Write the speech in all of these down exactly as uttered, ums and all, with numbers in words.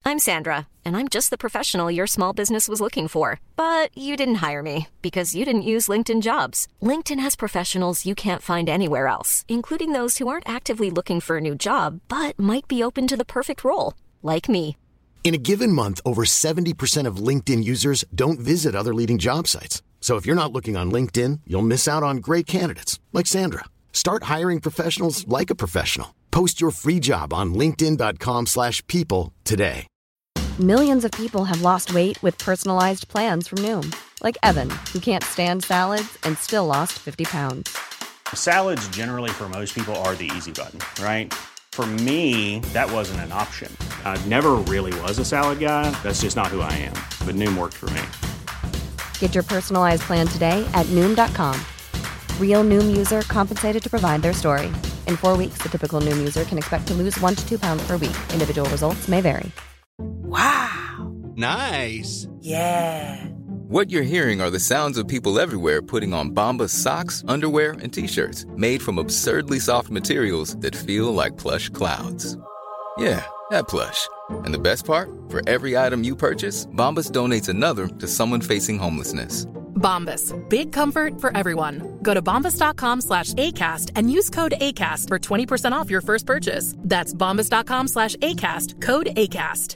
I'm Sandra, and I'm just the professional your small business was looking for. But you didn't hire me because you didn't use LinkedIn Jobs. LinkedIn has professionals you can't find anywhere else, including those who aren't actively looking for a new job, but might be open to the perfect role, like me. In a given month, over seventy percent of LinkedIn users don't visit other leading job sites. So if you're not looking on LinkedIn, you'll miss out on great candidates like Sandra. Start hiring professionals like a professional. Post your free job on linkedin dot com slash people today. Millions of people have lost weight with personalized plans from Noom. Like Evan, who can't stand salads and still lost fifty pounds. Salads generally for most people are the easy button, right? For me, that wasn't an option. I never really was a salad guy. That's just not who I am. But Noom worked for me. Get your personalized plan today at Noom dot com. Real Noom user compensated to provide their story. In four weeks, the typical Noom user can expect to lose one to two pounds per week. Individual results may vary. Wow. Nice. Yeah. What you're hearing are the sounds of people everywhere putting on Bombas socks, underwear, and T-shirts made from absurdly soft materials that feel like plush clouds. Yeah, that plush. And the best part? For every item you purchase, Bombas donates another to someone facing homelessness. Bombas. Big comfort for everyone. Go to bombas dot com slash ACAST and use code ACAST for twenty percent off your first purchase. That's bombas dot com slash ACAST. Code ACAST.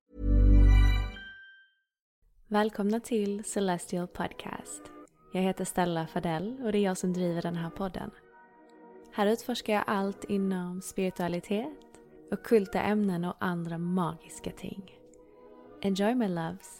Välkomna till Celestial Podcast. Jag heter Stella Fadell och det är jag som driver den här podden. Här utforskar jag allt inom spiritualitet, ockulta ämnen och andra magiska ting. Enjoy my loves!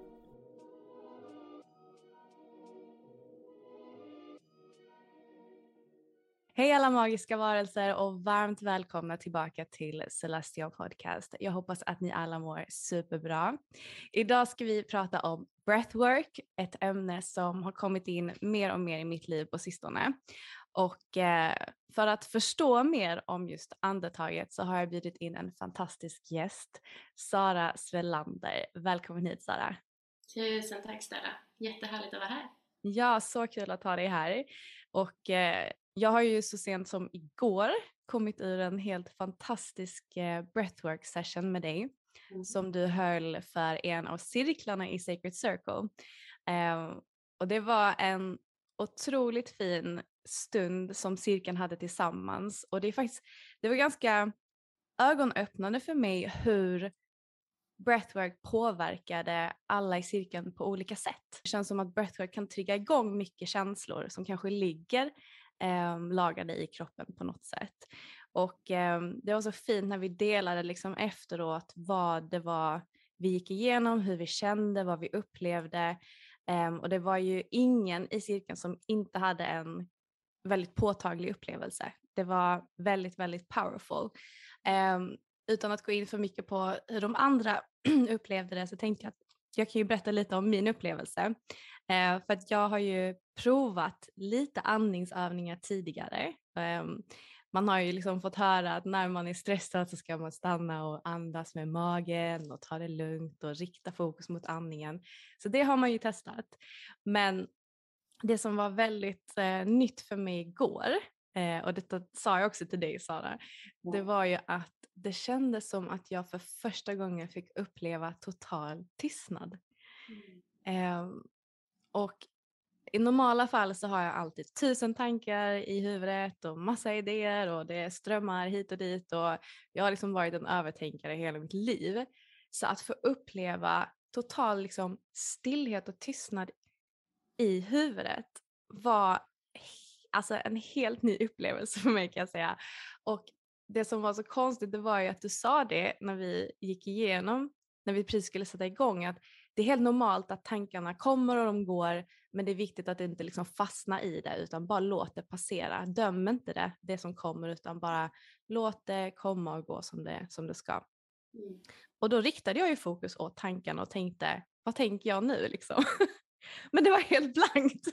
Hej alla magiska varelser och varmt välkomna tillbaka till Celestial Podcast. Jag hoppas att ni alla mår superbra. Idag ska vi prata om breathwork, ett ämne som har kommit in mer och mer i mitt liv på sistone. Och eh, för att förstå mer om just andetaget så har jag bjudit in en fantastisk gäst, Sara Svelander. Välkommen hit, Sara. Tusen tack, Stella. Jättehärligt att vara här. Ja, så kul att ha dig här. Och eh, jag har ju så sent som igår kommit ur en helt fantastisk eh, breathwork session med dig. Mm. Som du höll för en av cirklarna i Sacred Circle. Eh, och det var en otroligt fin stund som cirkeln hade tillsammans. Och det är faktiskt, det var ganska ögonöppnande för mig hur breathwork påverkade alla i cirkeln på olika sätt. Det känns som att breathwork kan trigga igång mycket känslor som kanske ligger eh, lagade i kroppen på något sätt. Och eh, det var så fint när vi delade liksom efteråt vad det var vi gick igenom, hur vi kände, vad vi upplevde. Eh, och det var ju ingen i cirkeln som inte hade en väldigt påtaglig upplevelse. Det var väldigt, väldigt powerful. Eh, utan att gå in för mycket på hur de andra upplevde det så tänkte jag att jag kan ju berätta lite om min upplevelse. Eh, för att jag har ju provat lite andningsövningar tidigare. Eh, man har ju liksom fått höra att när man är stressad så ska man stanna och andas med magen och ta det lugnt och rikta fokus mot andningen. Så det har man ju testat. Men det som var väldigt eh, nytt för mig igår, eh, och detta sa jag också till dig, Sara, ja. Det var ju att det kändes som att jag för första gången fick uppleva total tystnad. Mm. Eh, och i normala fall så har jag alltid tusen tankar i huvudet och massa idéer och det strömmar hit och dit och jag har liksom varit en övertänkare hela mitt liv. Så att få uppleva total liksom stillhet och tystnad i huvudet var alltså en helt ny upplevelse för mig, kan jag säga. Och det som var så konstigt, det var ju att du sa det när vi gick igenom, när vi precis skulle sätta igång, att det är helt normalt att tankarna kommer och de går, men det är viktigt att inte liksom fastna i det utan bara låt det passera. Döm inte det, det som kommer, utan bara låt det komma och gå som det, som det ska. Mm. Och då riktade jag ju fokus åt tankarna och tänkte, vad tänker jag nu liksom? Men det var helt blankt.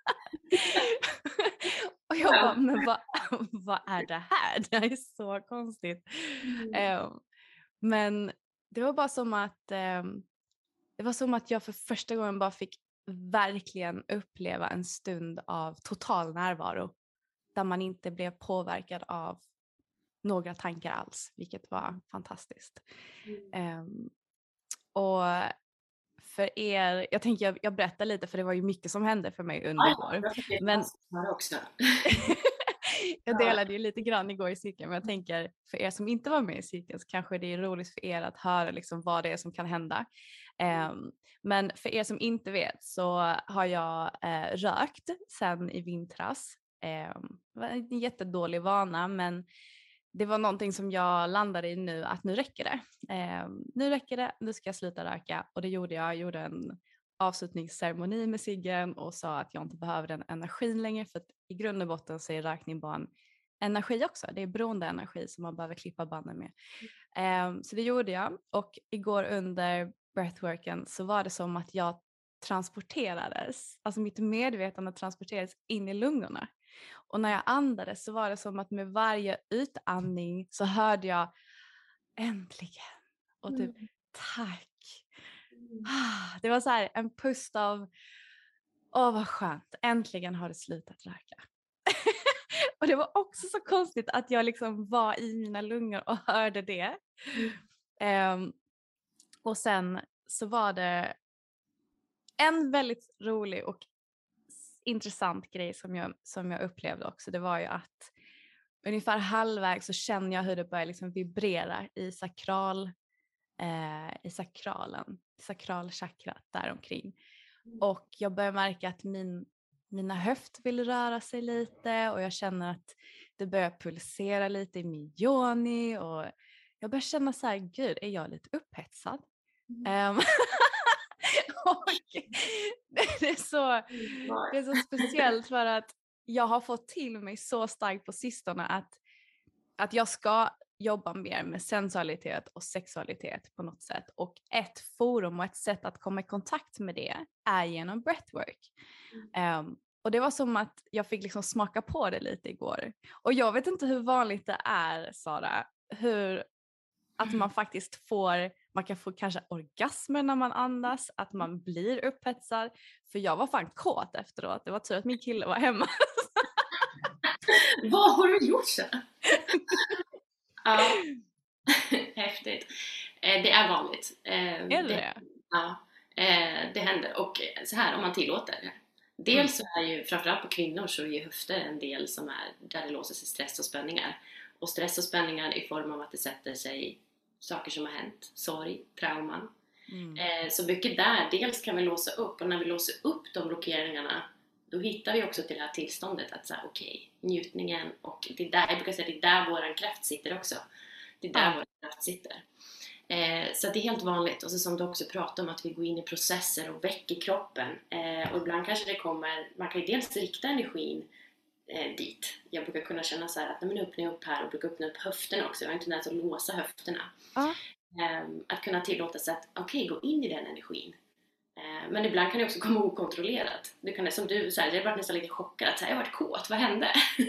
Och jag bara, men vad, vad är det här? Det är så konstigt. Mm. Um, men det var bara som att um, det var som att jag för första gången bara fick verkligen uppleva en stund av total närvaro. Där man inte blev påverkad av några tankar alls. Vilket var fantastiskt. Mm. Um, Och för er, jag tänker jag, jag berättar lite för det var ju mycket som hände för mig under igår. Ja, men också. jag delade ju lite grann igår i cirkeln, men jag tänker för er som inte var med i cirkeln så kanske det är roligt för er att höra liksom vad det är som kan hända. Um, men för er som inte vet så har jag uh, rökt sen i vintras. Um, det var en jättedålig vana, men det var någonting som jag landade i nu, att nu räcker det. Um, nu räcker det, nu ska jag sluta röka. Och det gjorde jag. Jag gjorde en avslutningsceremoni med ciggen och sa att jag inte behöver den energin längre, för att i grund och botten så är rökning bara en energi också. Det är beroende energi som man behöver klippa banden med. Um, så det gjorde jag, och igår under breathworken så var det som att jag transporterades, alltså mitt medvetande transporterades in i lungorna. Och när jag andades så var det som att med varje utandning så hörde jag äntligen och typ mm. tack. Det var så här en pust av åh vad skönt, äntligen har det slutat röka. Och det var också så konstigt att jag liksom var i mina lungor och hörde det. Mm. Um, och sen så var det en väldigt rolig och intressant grej som jag, som jag upplevde också. Det var ju att ungefär halvvägs så känner jag hur det börjar liksom vibrera i sakral eh, i sakralen, sakralchakrat där omkring. Mm. Och jag börjar märka att min, mina höft vill röra sig lite, och jag känner att det börjar pulsera lite i min yoni, och jag börjar känna så här, gud, är jag lite upphetsad? Mm. Um, och det är, så, det är så speciellt för att jag har fått till mig så starkt på sistone att, att jag ska jobba mer med sensualitet och sexualitet på något sätt. Och ett forum och ett sätt att komma i kontakt med det är genom breathwork. Mm. Um, och det var som att jag fick liksom smaka på det lite igår. Och jag vet inte hur vanligt det är, Sara, hur att man faktiskt får, man kan få kanske orgasmer när man andas, att man blir upphetsad. För jag var fan kåt efteråt. Det var tur att min kille var hemma. Vad har du gjort så? Ja, häftigt. Det är vanligt. Är det det? Ja, det händer. Och så här, om man tillåter det. Dels så är ju, framförallt på kvinnor, så är ju höfter en del som är där det låser sig stress och spänningar. Och stress och spänningar i form av att det sätter sig saker som har hänt, sorg, trauman. Mm. Eh, så mycket där, dels kan vi låsa upp, och när vi låser upp de blockeringarna, då hittar vi också till det här tillståndet att säga okej, okay, njutningen, och det är där, jag brukar säga det är där våran kraft sitter också. Det är där mm. vår kraft sitter. Eh, så det är helt vanligt, och så som du också pratar om att vi går in i processer och väcker kroppen. Eh, och ibland kanske det kommer, man kan ju dels rikta energin Eh, dit. Jag brukar kunna känna så här att när man öppnar upp här och brukar öppna upp höfterna också. Jag har inte tendens att låsa höfterna. Uh. Eh, att kunna tillåta sig att okej, okay, gå in i den energin. Eh, men ibland kan det också komma okontrollerat. Du kan, som du säger, jag var nästan lite chockad att så här, jag har varit kåt, vad hände?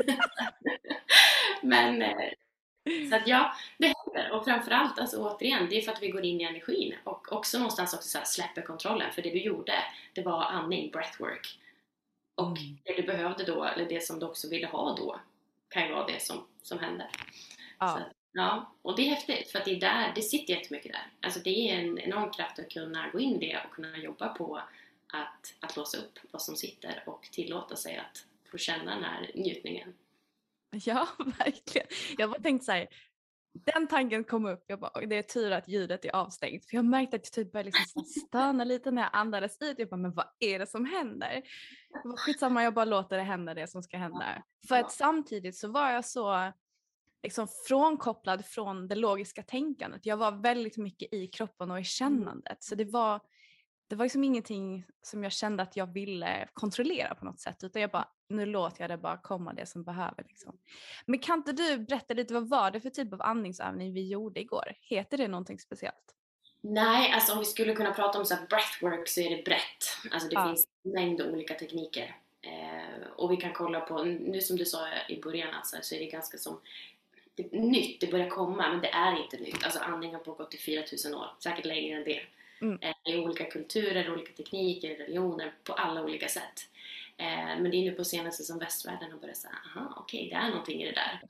Men eh, så att ja, det händer. Och framförallt, alltså återigen, det är för att vi går in i energin. Och också någonstans också så här, släpper kontrollen. För det du gjorde, det var andning, breathwork. Och mm. det du behövde då, eller det som du också ville ha då, kan ju vara det som, som händer. Ja. Så, ja. Och det är häftigt, för att det är där, det sitter jättemycket där. Alltså det är en enorm kraft att kunna gå in i det och kunna jobba på att, att låsa upp vad som sitter och tillåta sig att få känna den här njutningen. Ja, verkligen. Jag bara tänkte så här, den tanken kom upp, jag bara, det är tur att ljudet är avstängt. För jag märkte att jag typ började liksom stöna lite när jag andades ut. Jag bara, men vad är det som händer? Det var skitsamma, jag bara låter det hända, det som ska hända. För att samtidigt så var jag så liksom frånkopplad från det logiska tänkandet. Jag var väldigt mycket i kroppen och i kännandet. Så det var, det var liksom ingenting som jag kände att jag ville kontrollera på något sätt. Utan jag bara, nu låter jag det bara komma, det som behöver. Liksom. Men kan inte du berätta lite, vad var det för typ av andningsövning vi gjorde igår? Heter det någonting speciellt? Nej, alltså om vi skulle kunna prata om så här breathwork så är det brett. Alltså det ja. finns en mängd olika tekniker. Eh, och vi kan kolla på, nu som du sa i början alltså, så är det ganska som det, nytt, det börjar komma, men det är inte nytt. Alltså andning har pågått i fyra tusen år, säkert längre än det. Mm. Eh, I olika kulturer, olika tekniker, religioner, på alla olika sätt. Eh, men det är nu på senaste som västvärlden har börjat säga, aha, okej, okay, det är någonting i det där.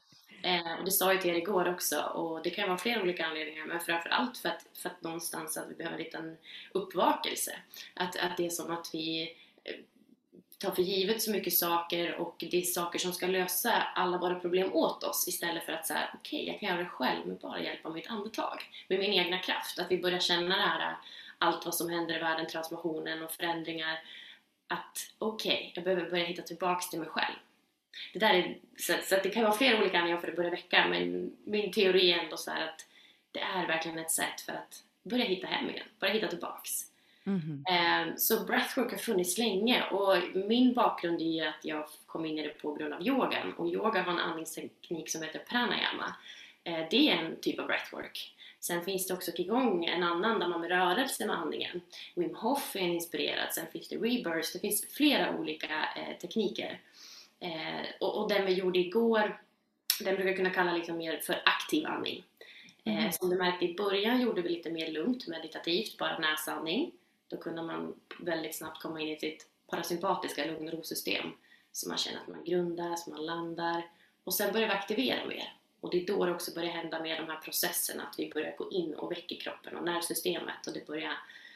Eh, och det sa jag till er igår också, och det kan vara flera olika anledningar, men framförallt för att, för att någonstans att vi behöver hitta en uppvakelse. Att, att det är som att vi eh, tar för givet så mycket saker, och det är saker som ska lösa alla våra problem åt oss, istället för att säga okej, okay, jag kan göra det själv med bara hjälp av mitt andetag, med min egna kraft. Att vi börjar känna det här, allt vad som händer i världen, transformationen och förändringar, att okej, okay, jag behöver börja hitta tillbaks till mig själv. Det där är, så, så att det kan vara flera olika anledningar för att börja väcka, men min teori är ändå så här att det är verkligen ett sätt för att börja hitta hem igen, börja hitta tillbaks. Mm-hmm. Så breathwork har funnits länge, och min bakgrund är att jag kom in i det på grund av yogan, och yoga har en andningsteknik som heter pranayama. Det är en typ av breathwork. Sen finns det också qigong, en annan där man med rörelse med andningen. Wim Hof är en inspirerad, sen finns det rebirth, det finns flera olika eh, tekniker. Eh, och, och den vi gjorde igår, den brukar jag kunna kalla liksom mer för aktiv andning. Eh, mm. Som du märkte i början gjorde vi lite mer lugnt, meditativt, bara näsandning. Då kunde man väldigt snabbt komma in i sitt parasympatiska lugn- och ro-system. Så man känner att man grundar, så man landar. Och sen börjar vi aktivera mer. Och det är då det också börjar hända med de här processerna. Att vi börjar gå in och väcka kroppen och nervsystemet. Och det börjar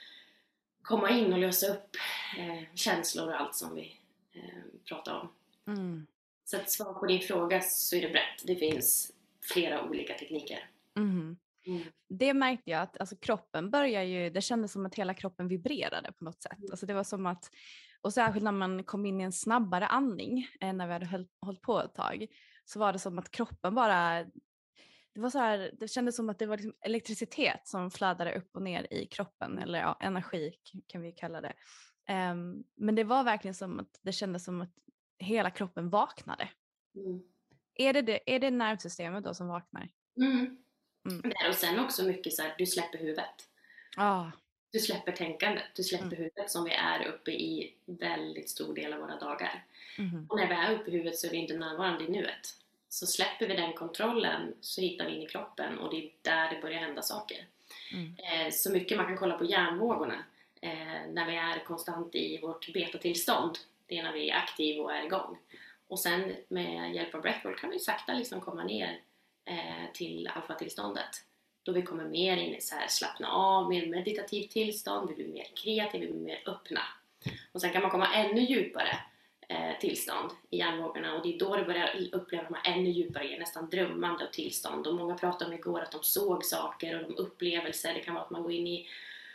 komma in och lösa upp eh, känslor och allt som vi eh, pratar om. Mm. Så att svara på din fråga så är det brett. Det finns flera olika tekniker. Mm. Mm. Det märkte jag att alltså, kroppen börjar ju, det kändes som att hela kroppen vibrerade på något sätt. Mm. Alltså, det var som att, och särskilt när man kom in i en snabbare andning än när vi hade höll, hållit på ett tag, så var det som att kroppen bara, det var så här, det kändes som att det var liksom elektricitet som flödade upp och ner i kroppen, eller ja, energi kan vi kalla det. Um, men det var verkligen som att det kändes som att hela kroppen vaknade. Mm. Är det, det är det nervsystemet då som vaknar? Mm. Mm. Och sen också mycket så här, du släpper huvudet. Ah. Du släpper tänkandet, du släpper mm. huvudet som vi är uppe i väldigt stor del av våra dagar. Mm. Och när vi är uppe i huvudet så är vi inte närvarande i nuet. Så släpper vi den kontrollen så hittar vi in i kroppen, och det är där det börjar hända saker. Mm. Eh, så mycket man kan kolla på hjärnvågorna eh, när vi är konstant i vårt betatillstånd. Det är när vi är aktiva och är igång. Och sen med hjälp av breathwork kan vi sakta liksom komma ner eh, till alfa-tillståndet. Då vi kommer mer in i så här slappna av, mer meditativt tillstånd, vi blir mer kreativa, vi blir mer öppna. Och sen kan man komma ännu djupare eh, tillstånd i hjärnvågorna, och det är då det börjar uppleva de här ännu djupare, nästan drömmande tillstånd. Och många pratade om igår att de såg saker och de upplevelser, det kan vara att man går in i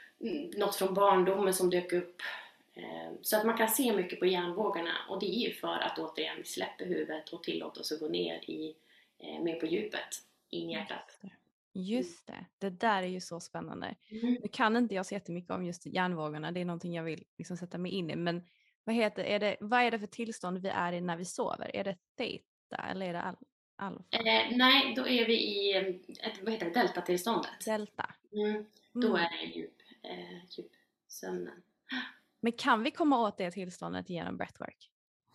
något från barndomen som dök upp. Eh, så att man kan se mycket på hjärnvågorna, och det är ju för att återigen vi släpper huvudet och tillåter oss att gå ner i, eh, mer på djupet, in i hjärtat. Just det, det där är ju så spännande. Mm. Nu kan inte jag så jättemycket om just hjärnvågorna, det är någonting jag vill liksom sätta mig in i. Men vad, heter, är det, vad är det för tillstånd vi är i när vi sover? Är det theta eller är det al- alfa? Eh, nej, då är vi i ett, vad heter det, delta-tillståndet. Delta. Mm. Då mm. är det djup, eh, djup sömnen. Men kan vi komma åt det tillståndet genom breathwork?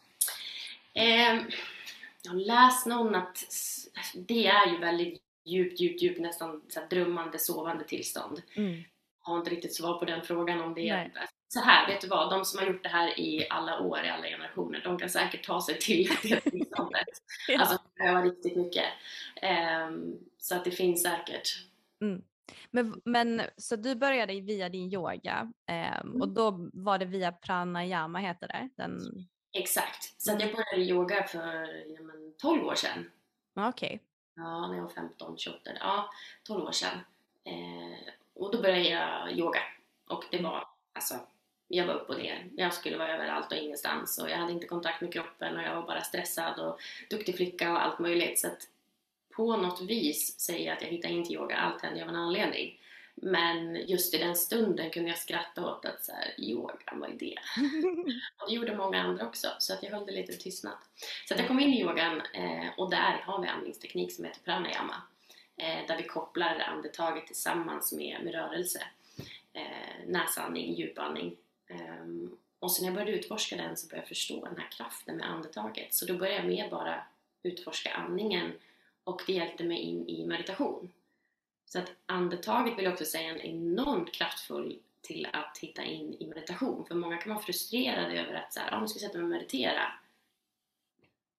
Eh, jag har läst någon att det är ju väldigt djupt, djupt, djupt, nästan så här drömmande, sovande tillstånd. Mm. Jag har inte riktigt svar på den frågan om det är så här, vet du vad, de som har gjort det här i alla år, i alla generationer, de kan säkert ta sig till det tillståndet. Ja. Alltså, det var riktigt mycket. Um, så att det finns säkert. Mm. Men, men så du började via din yoga um, mm. och då var det via pranayama, heter det? Den... Exakt, så att jag började yoga för ja, men, tolv år sedan. Okej. Okay. Ja, när jag var femton, tjugoåtta, ja, tolv år sedan. Eh, och då började jag yoga. Och det var, alltså, jag var upp och ner. Jag skulle vara överallt och ingenstans. Och jag hade inte kontakt med kroppen och jag var bara stressad och duktig flicka och allt möjligt. Så att på något vis säger jag att jag hittade in till yoga. Allt hände av en anledning. Men just i den stunden kunde jag skratta åt att så här, yoga, vad är det? Och det gjorde många andra också, så att jag höll det lite tystnad. Så att jag kom in i yogan eh, och där har vi andningsteknik som heter pranayama. Eh, där vi kopplar andetaget tillsammans med, med rörelse. Eh, näsandning, djupandning. Eh, och sen när jag började utforska den så började jag förstå den här kraften med andetaget. Så då började jag med bara utforska andningen och det hjälpte mig in i meditation. Så att andetaget vill jag också säga är enormt kraftfull till att hitta in i meditation. För många kan vara frustrerade över att så här, ah, nu ska jag sätta mig och meditera.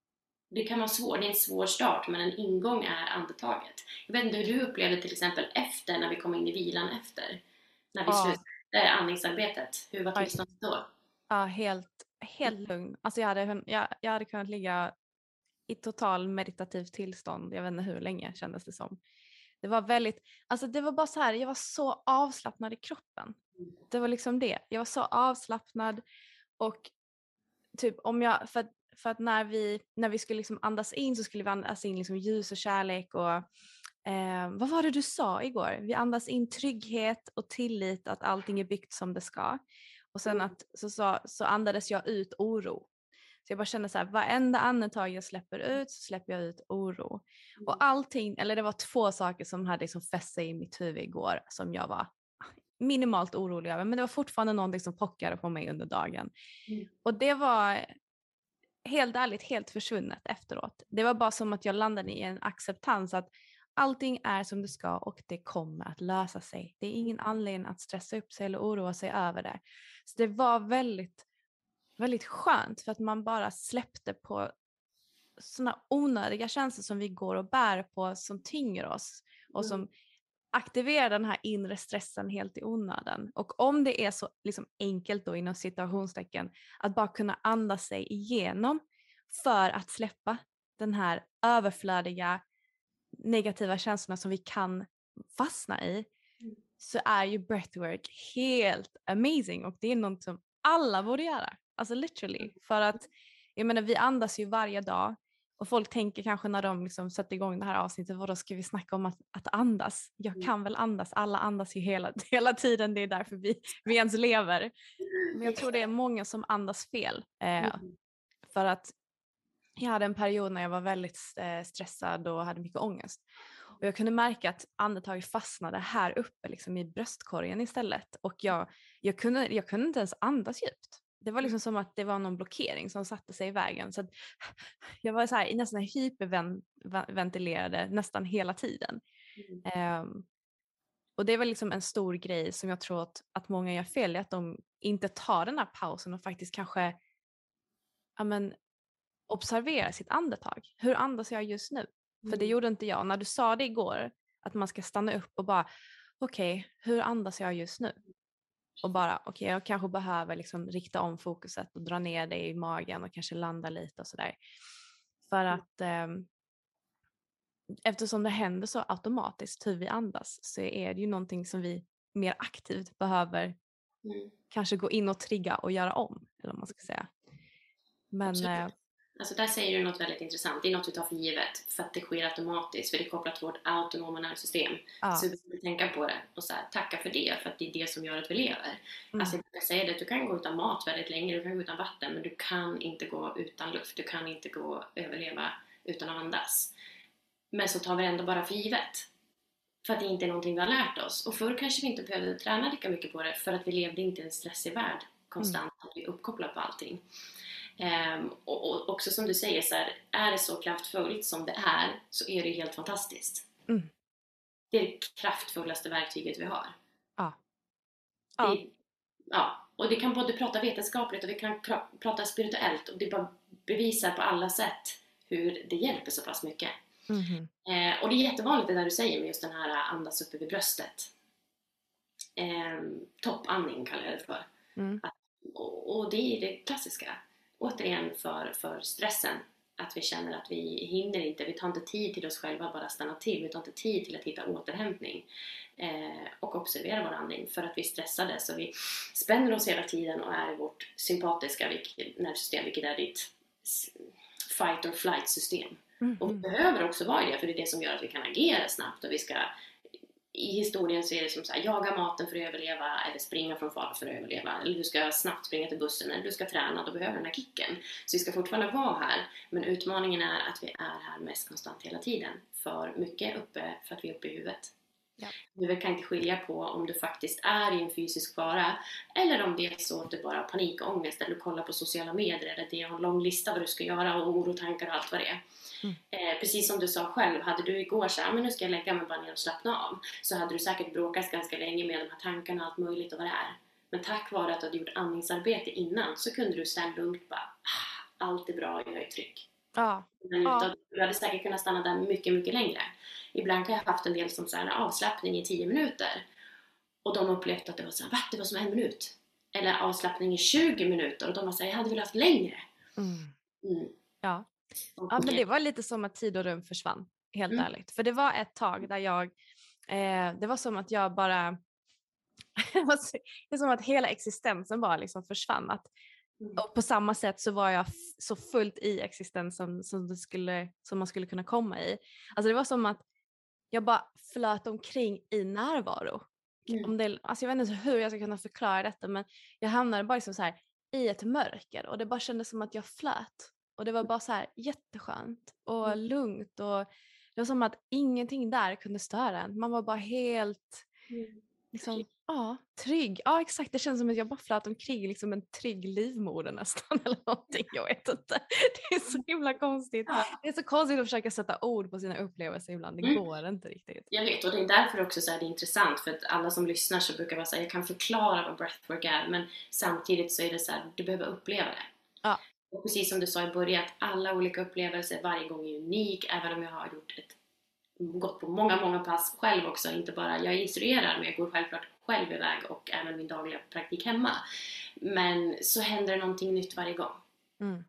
Det kan vara svårt, det är en svår start, men en ingång är andetaget. Jag vet inte hur du upplevde till exempel efter, när vi kom in i vilan efter. När vi Ja. slutade andningsarbetet. Hur var tillståndet då? Ja, helt, helt lugn. Alltså jag hade, jag, jag hade kunnat ligga i total meditativt tillstånd. Jag vet inte hur länge kändes det som. Det var väldigt, alltså det var bara så här, jag var så avslappnad i kroppen. Det var liksom det. Jag var så avslappnad och typ om jag, för att, för att när vi, när vi skulle liksom andas in så skulle vi andas in liksom ljus och kärlek och eh, vad var det du sa igår? Vi andas in trygghet och tillit att allting är byggt som det ska. Och sen att, så, så, så andades jag ut oro. Så jag bara kände så här, varenda andetag jag släpper ut så släpper jag ut oro. Och allting, eller det var två saker som hade liksom fäst sig i mitt huvud igår som jag var minimalt orolig över. Men det var fortfarande någonting som pockade på mig under dagen. Mm. Och det var helt ärligt helt försvunnet efteråt. Det var bara som att jag landade i en acceptans att allting är som det ska och det kommer att lösa sig. Det är ingen anledning att stressa upp sig eller oroa sig över det. Så det var väldigt, väldigt skönt för att man bara släppte på såna onödiga känslor som vi går och bär på som tynger oss och som aktiverar den här inre stressen helt i onödan. Och om det är så liksom enkelt då inom situationstecken att bara kunna andas sig igenom för att släppa den här överflödiga negativa känslorna som vi kan fastna i, så är ju breathwork helt amazing och det är något som alla borde göra. Alltså literally. För att jag menar, vi andas ju varje dag och folk tänker kanske när de liksom sätter igång det här avsnittet, vad då ska vi snacka om att, att andas? Jag kan väl andas, alla andas ju hela, hela tiden, det är därför vi, vi ens lever. Men jag tror det är många som andas fel. Eh, för att jag hade en period när jag var väldigt eh, stressad och hade mycket ångest. Och jag kunde märka att andetaget fastnade här uppe liksom i bröstkorgen istället. Och jag, jag, kunde, jag kunde inte ens andas djupt. Det var liksom som att det var någon blockering som satte sig i vägen. Så att jag var så här, nästan hyperventilerade nästan hela tiden. Mm. Um, och det var liksom en stor grej som jag tror att, att många gör fel i. Att de inte tar den här pausen och faktiskt kanske ja, men, observera sitt andetag. Hur andas jag just nu? Mm. För det gjorde inte jag. När du sa det igår, att man ska stanna upp och bara, okej, okay, hur andas jag just nu? Och bara, okej, okay, jag kanske behöver liksom rikta om fokuset och dra ner det i magen och kanske landa lite och sådär. För att eh, eftersom det händer så automatiskt hur vi andas så är det ju någonting som vi mer aktivt behöver mm. kanske gå in och trigga och göra om, eller vad man ska säga. Men eh, alltså där säger du något väldigt intressant. Det är något vi tar för givet för att det sker automatiskt, för det är kopplat till vårt autonoma nervsystem. Ja. Så vi måste tänka på det och så här, tacka för det, för att det är det som gör att vi lever. Mm. Alltså jag säger det, du kan gå utan mat väldigt länge, du kan gå utan vatten, men du kan inte gå utan luft, du kan inte gå överleva utan att andas. Men så tar vi ändå bara för givet, för att det inte är någonting vi har lärt oss. Och förr kanske vi inte behövde träna lika mycket på det, för att vi levde inte i en stressig värld konstant, att vi är uppkopplade på allting. Um, och, och också som du säger så här, är det så kraftfullt som det är, så är det helt fantastiskt. Mm. Det är det kraftfullaste verktyget vi har. Ja. Ja. Det, ja. Och det kan både prata vetenskapligt och vi kan pra- prata spirituellt, och det bara bevisar på alla sätt hur det hjälper så pass mycket. Mm. Uh, och det är jättevanligt det där du säger med just den här andas uppe vid bröstet. Um, toppandning kallar jag det för. Mm. Att, och, och det är det klassiska. Återigen för, för stressen, att vi känner att vi hinner inte, vi tar inte tid till oss själva, bara stanna till, vi tar inte tid till att hitta återhämtning eh, och observera vår andning, för att vi är stressade, så vi spänner oss hela tiden och är i vårt sympatiska nervsystem, vilket är ditt fight or flight system. Mm-hmm. Och vi behöver också vara i det, för det är det som gör att vi kan agera snabbt, och vi ska, i historien så är det som så här, jaga maten för att överleva, eller springa från fara för att överleva, eller du ska snabbt springa till bussen, eller du ska träna, då behöver den här kicken. Så vi ska fortfarande vara här, men utmaningen är att vi är här mest konstant hela tiden, för mycket uppe, för att vi är uppe i huvudet. Ja. Du kan inte skilja på om du faktiskt är i en fysisk fara, eller om det är så att du bara har panikångest, eller du kollar på sociala medier, eller det är en lång lista vad du ska göra, och orotankar och allt vad det är. Mm. Eh, precis som du sa själv, hade du igår så här, men nu ska jag lägga mig bara ner och slappna av, så hade du säkert bråkat ganska länge med de här tankarna och allt möjligt och vad det är. Men tack vare att du hade gjort andningsarbete innan, så kunde du ställa lugnt bara, ah, allt är bra, jag är trygg. Ja. Men Ja. utav, jag hade säkert kunnat stanna där mycket, mycket längre. Ibland kan jag ha haft en del som så här, avslappning i tio minuter. Och de upplevde att det var så här, va? Det var som en minut. Eller avslappning i tjugo minuter. Och de var så här, jag hade velat haft längre. Mm. Mm. Ja. Ja, men det var lite som att tid och rum försvann. Helt Mm. ärligt. För det var ett tag där jag, eh, det var som att jag bara, det är som att hela existensen bara liksom försvann. Att, Mm. och på samma sätt så var jag f- så fullt i existensen som, det skulle, som man skulle kunna komma i. Alltså det var som att jag bara flöt omkring i närvaro. Mm. Om det, alltså jag vet inte hur jag ska kunna förklara detta, men jag hamnade bara liksom så här i ett mörker och det bara kändes som att jag flöt. Och det var bara så här jätteskönt och Mm. lugnt och det var som att ingenting där kunde störa en. Man var bara helt Mm. liksom, ja, trygg. Ja, exakt. Det känns som att jag bara flöt omkring liksom en trygg livmoder nästan eller någonting. Jag vet inte. Det är så himla konstigt. Ja. Det är så konstigt att försöka sätta ord på sina upplevelser ibland. Det Mm. går inte riktigt. Jag vet, och det är därför också så är det intressant, för att alla som lyssnar så brukar vara så här, jag kan förklara vad breathwork är, men samtidigt så är det så här, du behöver uppleva det. Ja. Och precis som du sa i början, att alla olika upplevelser varje gång är unik, även om jag har gjort ett, gått på många, många pass själv också, inte bara jag instruerar, men jag går självklart själv iväg och även min dagliga praktik hemma. Men så händer det någonting nytt varje gång. Mm.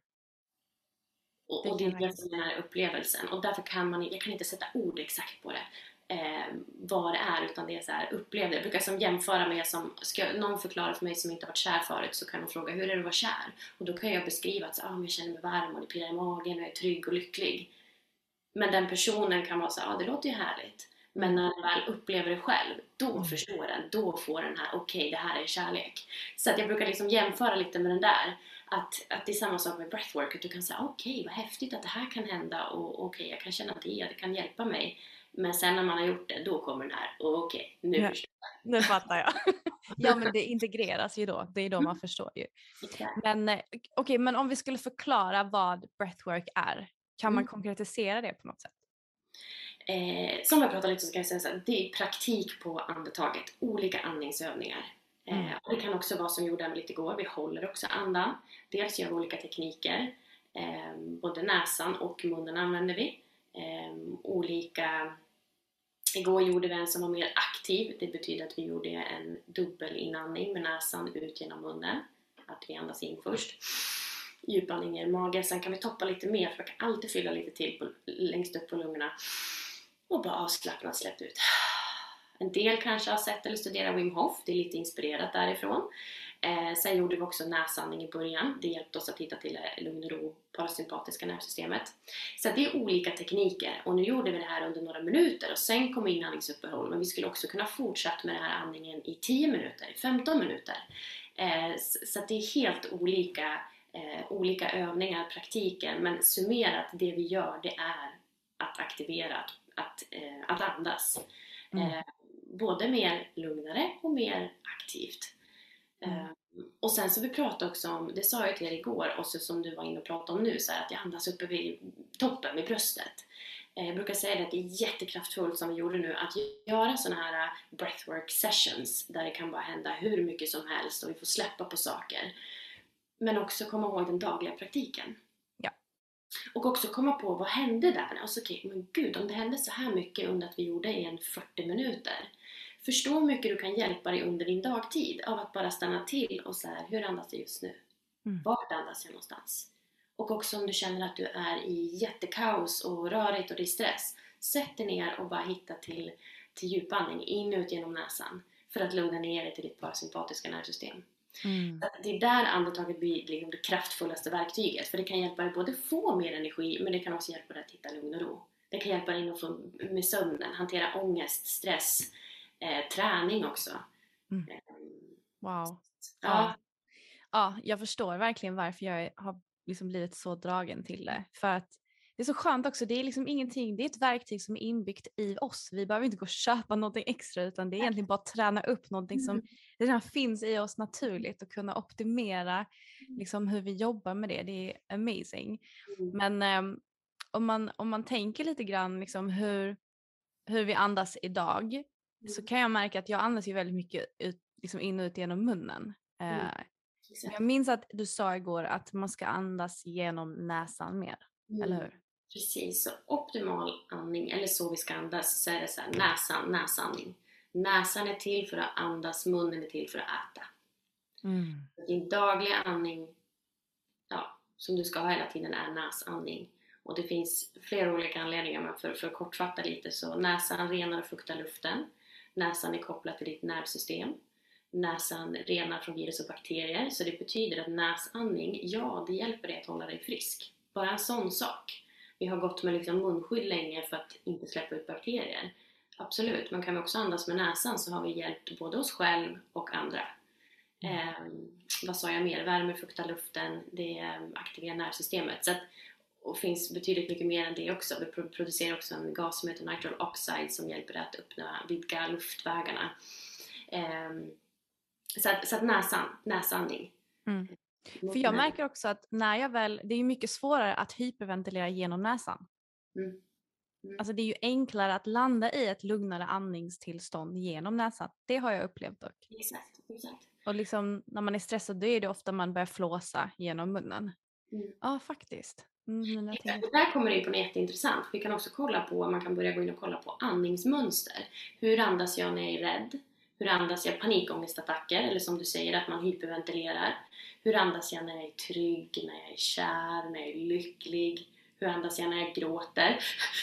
Och, Det och det är kan jag det som är den här upplevelsen. Och därför kan man, jag kan inte sätta ord exakt på det. Eh, vad det är, utan det är så här, upplev det. Jag brukar som jämföra med som, ska någon förklara för mig som inte varit kär förut, så kan de fråga, hur är det att vara kär? Och då kan jag beskriva att så, ah, jag känner mig varm och det pirrar i magen och jag är trygg och lycklig. Men den personen kan vara så här, ah, det låter ju härligt. Men när den väl upplever det själv, då Mm. förstår den, då får den här, okej, okay, det här är kärlek. Så att jag brukar liksom jämföra lite med den där. Att, att det är samma sak med breathwork, att du kan säga, okej, okay, vad häftigt att det här kan hända, och okej, okay, jag kan känna det, det kan hjälpa mig. Men sen när man har gjort det, då kommer den här, och okej, okay, nu Ja. förstår jag. Nu fattar jag. Ja, men det integreras ju då. Det är då man förstår ju. Exakt. Men eh, okej, okay, men om vi skulle förklara vad breathwork är, kan man Mm. konkretisera det på något sätt? Eh, som jag pratade lite så kan jag säga så här, det är praktik på andetaget, olika andningsövningar. Mm. Eh, och det kan också vara som vi gjorde lite igår, vi håller också andan. Dels gör vi olika tekniker, eh, både näsan och munnen använder vi. Eh, olika, igår gjorde vi en som var mer aktiv, det betyder att vi gjorde en dubbel inandning med näsan ut genom munnen. Att vi andas in först, djupandning i magen, sen kan vi toppa lite mer, för jag kan alltid fylla lite till på, längst upp på lungorna. Och bara avslappnat släppt ut. En del kanske har sett eller studerat Wim Hof. Det är lite inspirerat därifrån. Eh, sen gjorde vi också näsandning i början. Det hjälpte oss att hitta till lugn och ro, parasympatiska nervsystemet. Så det är olika tekniker. Och nu gjorde vi det här under några minuter. Och sen kom inandningsuppehåll. Men vi skulle också kunna fortsätta med den här andningen i tio minuter, femton minuter. Eh, så det är helt olika, eh, olika övningar, praktiken. Men summerat, det vi gör, det är att aktivera, att, eh, att andas. Mm. Eh, både mer lugnare och mer aktivt. Mm. Eh, och sen så vi pratade också om, det sa jag till er igår, och så som du var inne och pratade om nu, så här, att jag andas uppe vid toppen, vid bröstet. Eh, jag brukar säga det att det är jättekraftfullt som vi gjorde nu, att göra sådana här breathwork sessions där det kan bara hända hur mycket som helst och vi får släppa på saker. Men också komma ihåg den dagliga praktiken. Och också komma på, vad hände där? Alltså, okej, men gud, om det hände så här mycket under att vi gjorde i en fyrtio minuter. Förstå hur mycket du kan hjälpa dig under din dagtid av att bara stanna till och så här, hur andas du just nu? Mm. Vart andas jag någonstans? Och också om du känner att du är i jättekaos och rörigt och det är stress. Sätt dig ner och bara hitta till, till djupandning, in och ut genom näsan. För att lugna ner dig till ditt parasympatiska nervsystem. Mm. Det är där andetaget blir liksom det kraftfullaste verktyget. För det kan hjälpa dig både få mer energi, men det kan också hjälpa dig att hitta lugn och ro. Det kan hjälpa dig att få med sömnen, hantera ångest, stress, eh, träning också. Mm. Eh, Wow. ja. Ja. Ja, jag förstår verkligen varför jag har liksom blivit så dragen till det. För att det är så skönt också, det är liksom ingenting, det är ett verktyg som är inbyggt i oss. Vi behöver inte gå och köpa någonting extra, utan det är egentligen bara att träna upp någonting som Mm. det redan finns i oss naturligt och kunna optimera liksom hur vi jobbar med det. Det är amazing. Mm. Men um, om, man, om man tänker lite grann liksom hur, hur vi andas idag, Mm. så kan jag märka att jag andas ju väldigt mycket ut, liksom in och ut genom munnen. Mm. Uh, jag minns att du sa igår att man ska andas genom näsan mer. mm. eller hur? Precis, så optimal andning, eller så vi ska andas, så är det så här, näsan, näsandning. Näsan är till för att andas, munnen är till för att äta. Mm. Din dagliga andning, ja, som du ska ha hela tiden, är näsandning. Och det finns flera olika anledningar, men för, för att kortfatta lite, så näsan renar och fuktar luften. Näsan är kopplad till ditt nervsystem. Näsan renar från virus och bakterier. Så det betyder att näsandning, ja, det hjälper dig att hålla dig frisk. Bara en sån sak. Vi har gått med liksom munskydd länge för att inte släppa ut bakterier. Absolut, men kan vi också andas med näsan så har vi hjälpt både oss själv och andra. Eh, vad sa jag mer? Värme, fukta luften, det aktiverar nervsystemet. Så att, och finns betydligt mycket mer än det också. Vi producerar också en gas som heter nitral oxide som hjälper dig att öppna, vidga luftvägarna. Eh, så, att, så att näsan, näsandning. Mm. För jag märker också att när jag väl, det är ju mycket svårare att hyperventilera genom näsan. Mm. Mm. Alltså det är ju enklare att landa i ett lugnare andningstillstånd genom näsan. Det har jag upplevt dock. Exakt, exakt. Och liksom när man är stressad då är det ofta man börjar flåsa genom munnen. Mm. Ja, faktiskt. Mm, Exakt. Och där kommer det in på något jätteintressant. Vi kan också kolla på, man kan börja gå in och kolla på andningsmönster. Hur andas jag när jag är rädd? Hur andas jag panikångestattacker? Eller som du säger, att man hyperventilerar. Hur andas jag när jag är trygg, när jag är kär, när jag är lycklig? Hur andas jag när jag gråter?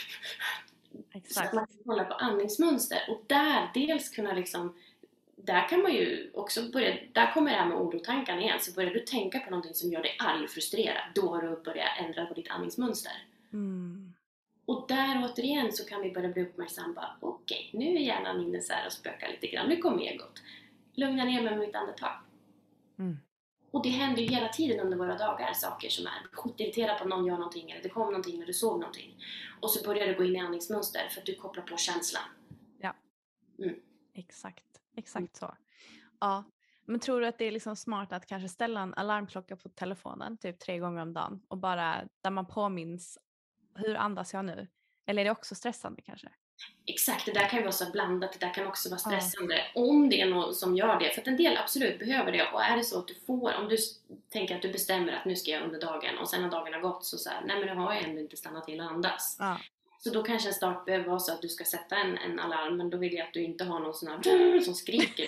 Exakt. Så man kan kolla på andningsmönster. Och där dels kunna liksom, där kan man ju också börja, där kommer det här med ord och tankar igen. Så börjar du tänka på någonting som gör dig arg och frustrerad, då har du börjat ändra på ditt andningsmönster. Mm. Och där återigen så kan vi börja bli uppmärksamma. Okej, okay, nu är hjärnan inne så här och spökar lite grann. Nu kommer egot. Lugna ner mig med mitt andetag. Mm. Och det händer ju hela tiden under våra dagar saker som är skitirriterad på att någon gör någonting, eller det kom någonting eller du såg någonting. Och så börjar du gå in i andningsmönster för att du kopplar på känslan. Ja, mm. exakt. Exakt så. Ja, men tror du att det är liksom smart att kanske ställa en alarmklocka på telefonen typ tre gånger om dagen och bara där man påminns, hur andas jag nu? Eller är det också stressande kanske? Exakt, det där kan ju vara så blandat, det där kan också vara stressande. Ja. Om det är någon som gör det, för att en del absolut behöver det. Och är det så att du får, om du tänker att du bestämmer att nu ska jag under dagen och sen när dagen har gått så så här, nej men nu har jag ändå inte stannat till och andas. Ja. Så då kanske en start behöver vara så att du ska sätta en, en alarm, men då vill jag att du inte har någon sån här som skriker.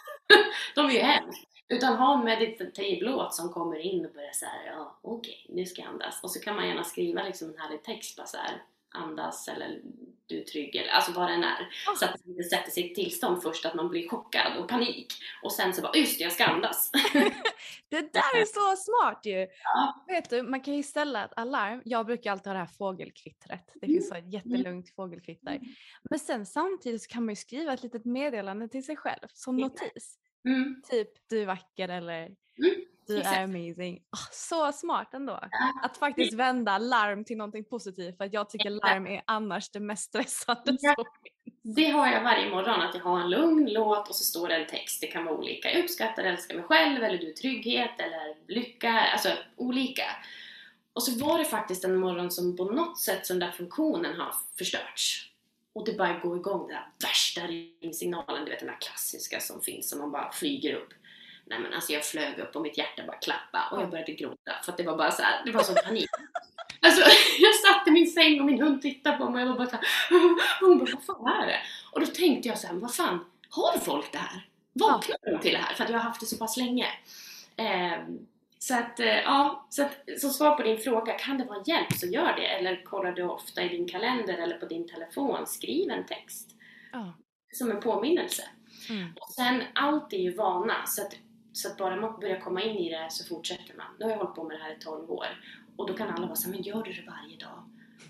De är ju hemskt. Utan ha en meditativ låt som kommer in och börjar så här, ja okej, okay, nu ska jag andas. Och så kan man gärna skriva liksom en härlig text, bara så här, andas eller du är trygg eller alltså vad den är. Oh. Så att det inte sätter sig i tillstånd först att man blir chockad och panik. Och sen så bara, just det, jag ska andas. Det där är så smart ju. Ja. Vet du, man kan ju ställa ett alarm. Jag brukar alltid ha det här fågelkvittret. Det finns så ett jättelugnt fågelkvitter. Men sen samtidigt så kan man ju skriva ett litet meddelande till sig själv som notis. Mm. Typ, du är vacker eller mm. du Exakt. är amazing. Oh, så smart ändå. Ja. Att faktiskt vända larm till någonting positivt. För att jag tycker larm är annars det mest stressande. Ja. Så. Det har jag varje morgon, att jag har en lugn låt och så står det en text. Det kan vara olika. Jag uppskattar, älskar mig själv, eller du är trygghet, eller lycka. Alltså olika. Och så var det faktiskt en morgon som på något sätt så den där funktionen har förstörts. Och det bara går igång den där värsta ringsignalen, du vet den där klassiska som finns som man bara flyger upp. Nej men alltså jag flög upp och mitt hjärta bara klappade och jag började gråta för att det var bara så här, det var så panik. Alltså jag satt i min säng och min hund tittade på mig och jag var bara så här, och hon bara, vad fan är det? Och då tänkte jag så här, vad fan, har folk det här? Vaknar de till det här? För att jag har haft det så pass länge. Eh, så att, ja, så att, så svar på din fråga, kan det vara en hjälp så gör det. Eller kollar du ofta i din kalender eller på din telefon, skriv en text. Oh. Som en påminnelse. Mm. Och sen, allt är ju vana. Så att, så att bara man börjar komma in i det så fortsätter man. Nu har jag hållit på med det här i tolv år. Och då kan alla vara så här, men gör du det varje dag?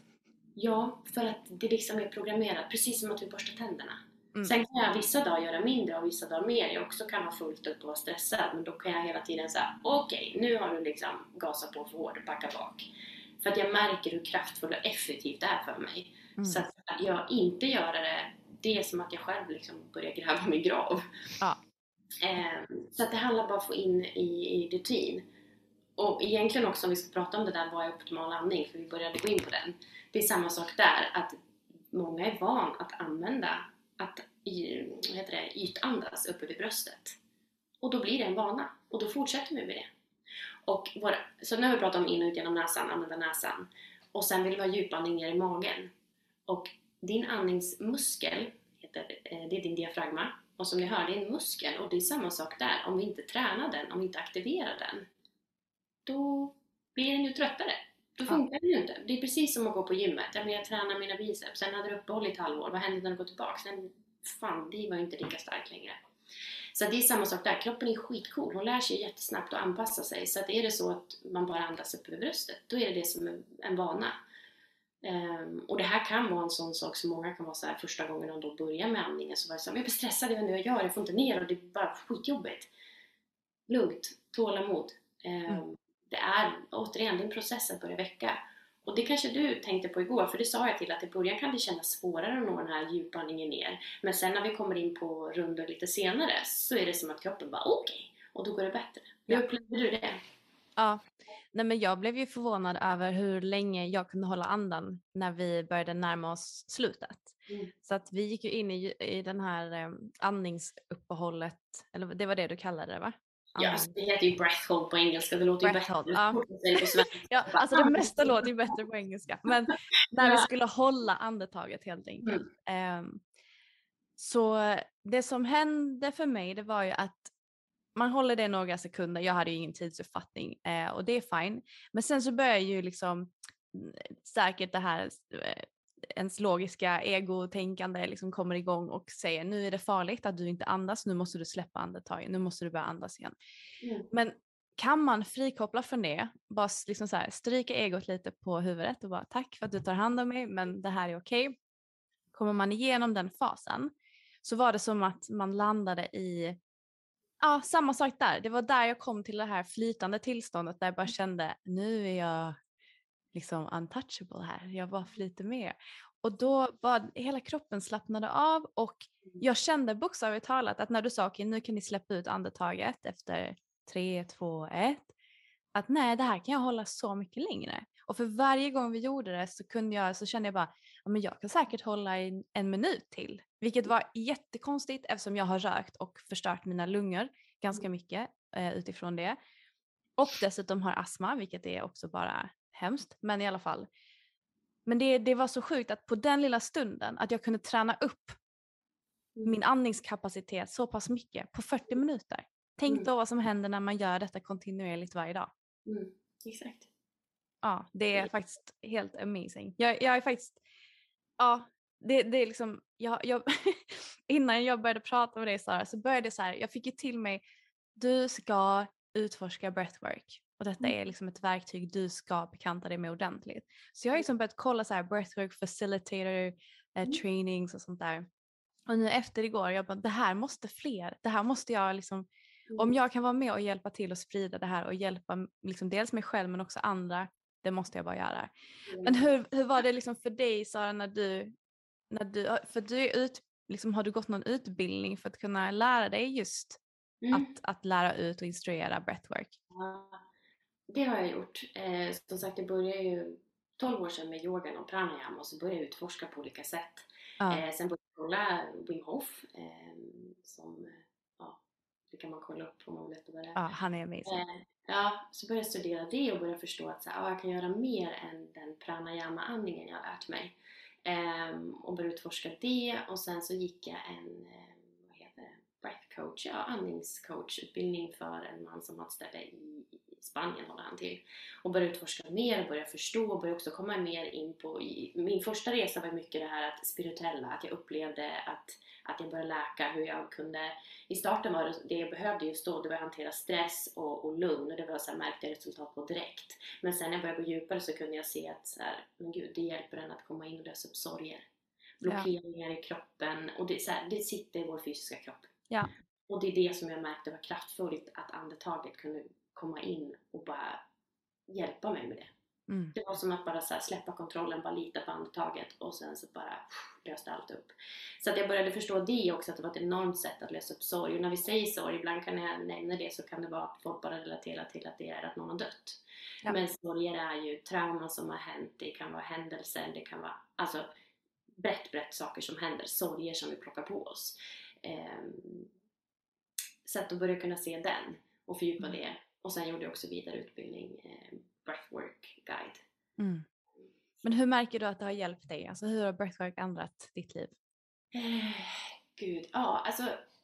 Ja, för att det liksom är programmerat. Precis som att vi borstar tänderna. Mm. Sen kan jag vissa dagar göra mindre och vissa dagar mer. Jag också kan ha fullt upp och vara stressad. Men då kan jag hela tiden säga, okej, okay, nu har du liksom gasat på för hårt och backa bak. För att jag märker hur kraftfullt och effektivt det är för mig. Mm. Så att jag inte gör det, det är som att jag själv liksom börjar gräva min grav. Ja. Eh, så att det handlar bara om att få in i, i rutin. Och egentligen också om vi ska prata om det där, vad är optimal andning? För vi började gå in på den. Det är samma sak där, att många är van att använda att vad heter det, ytandas uppe vid bröstet. Och då blir det en vana. Och då fortsätter vi med det. Och våra, så nu har vi pratat om in och ut genom näsan, använda näsan. Och sen vill vi ha djupandning ner i magen. Och din andningsmuskel, heter, det är din diafragma. Och som ni hör, det är en muskel. Och det är samma sak där. Om vi inte tränar den, om vi inte aktiverar den, då blir den ju tröttare. Då funkar ja. den ju inte. Det är precis som att gå på gymmet. Jag, jag tränar mina biceps, sen hade det uppehåll i ett halvår. Vad händer när du går tillbaka? Sen, fan, det var ju inte lika starkt längre. Så det är samma sak där. Kroppen är skitcool. Hon lär sig jättesnabbt att anpassa sig. Så att är det så att man bara andas upp över bröstet, då är det det som är en vana. Um, och det här kan vara en sån sak som många kan vara så här, första gången de då börjar med andningen så var det så här, jag blir stressad, jag vet inte vad jag gör, jag får inte ner och det är bara skitjobbigt. Lugnt, tålamod. Um, mm. Det är återigen det är en process att börja väcka. Och det kanske du tänkte på igår, för det sa jag till att i början kan det kännas svårare att nå den här djupandningen ner. Men sen när vi kommer in på rundor lite senare så är det som att kroppen bara okej, okay, och då går det bättre. Hur ja. upplevde du det? Ja, nej men jag blev ju förvånad över hur länge jag kunde hålla andan när vi började närma oss slutet. Mm. Så att vi gick ju in i, i den här um, andningsuppehållet, eller det var det du kallade det, va? Ja, alltså det heter ju breath-hold på engelska, det låter ju bättre ja. på svenska. Ja, alltså det mesta låter ju bättre på engelska. Men när ja. vi skulle hålla andetaget helt enkelt. Mm. Um, så det som hände för mig, det var ju att man håller det några sekunder. Jag hade ju ingen tidsuppfattning eh, och det är fine. Men sen så börjar ju liksom säkert det här eh, ens logiska egotänkande liksom kommer igång och säger nu är det farligt att du inte andas. Nu måste du släppa andetaget. Nu måste du börja andas igen. Mm. Men kan man frikoppla från det? Bara liksom så här, stryka egot lite på huvudet och bara tack för att du tar hand om mig, men det här är okej. Okay. Kommer man igenom den fasen så var det som att man landade i ja, samma sak där. Det var där jag kom till det här flytande tillståndet där jag bara kände, nu är jag liksom untouchable här. Jag bara flyter med. Och då var hela kroppen slappnade av och jag kände bokstavligt talat att när du sa okej, nu kan ni släppa ut andetaget efter tre, två, ett. Att nej, det här kan jag hålla så mycket längre. Och för varje gång vi gjorde det så kunde jag, så kände jag bara, ja, men jag kan säkert hålla i en minut till. Vilket var jättekonstigt eftersom jag har rökt och förstört mina lungor ganska mycket eh, utifrån det. Och dessutom har astma, vilket är också bara hemskt. Men i alla fall. Men det, det var så sjukt att på den lilla stunden att jag kunde träna upp min andningskapacitet så pass mycket på fyrtio minuter. Tänk då vad som händer när man gör detta kontinuerligt varje dag. Mm, exakt. Ja, det är faktiskt helt amazing. Jag, jag är faktiskt, ja, det, det är liksom, jag, jag, innan jag började prata med dig Sara så började det så här, jag fick ju till mig, du ska utforska breathwork. Och detta är liksom ett verktyg du ska bekanta dig med ordentligt. Så jag har liksom börjat kolla så här breathwork facilitator, eh, trainings och sånt där. Och nu efter igår, jag bara, det här måste fler. Det här måste jag liksom, mm. om jag kan vara med och hjälpa till att sprida det här och hjälpa liksom dels mig själv men också andra, det måste jag bara göra. Mm. Men hur, hur var det liksom för dig Sara när du, när du för du är ut, liksom, har du gått någon utbildning för att kunna lära dig just mm. att, att lära ut och instruera breathwork? Ja, det har jag gjort. Eh, som sagt, jag började ju tolv år sedan med yogan och pranayama och så började jag utforska på olika sätt. Ja. Eh, sen började jag kolla Wim Hof eh, som, ja, det kan man kolla upp om man vet vad det är. Ja, han är amazing. Eh, ja, så började jag studera det och började förstå att så här, ja, jag kan göra mer än den pranayama-andningen jag har lärt mig. Eh, och började utforska det och sen så gick jag en eh, vad heter det? Breath coach, ja, andningscoachutbildning för en man som har ett ställe i Spanien håller han till. Och började utforska mer och började förstå och började också komma mer in på, i, min första resa var mycket det här att spirituella, att jag upplevde att, att jag började läka, hur jag kunde, i starten var det, det jag behövde just då, det var att hantera stress och, och lugn och det var så här, märkte jag resultat på direkt. Men sen när jag började gå djupare så kunde jag se att så här, men gud, det hjälper en att komma in och lösa upp sorger. Blockeringar ja. i kroppen och det, så här, det sitter i vår fysiska kropp. Ja. Och det är det som jag märkte var kraftfullt, att andetaget kunde komma in och bara hjälpa mig med det. Mm. Det var som att bara så här släppa kontrollen, bara lita på andetaget och sen så bara pff, löste allt upp. Så att jag började förstå det också, att det var ett enormt sätt att lösa upp sorg. Och när vi säger sorg, ibland kan jag nämna det, så kan det vara att folk bara relaterar till att det är att någon har dött. Ja. Men sorger är ju trauman som har hänt, det kan vara händelser, det kan vara alltså brett, brett saker som händer, sorger som vi plockar på oss. Um, så att då började jag kunna se den och fördjupa mm. det. Och sen gjorde jag också vidare utbildning, eh, breathwork guide. Mm. Men hur märker du att det har hjälpt dig? Alltså hur har breathwork ändrat ditt liv? Eh, Gud, ja alltså.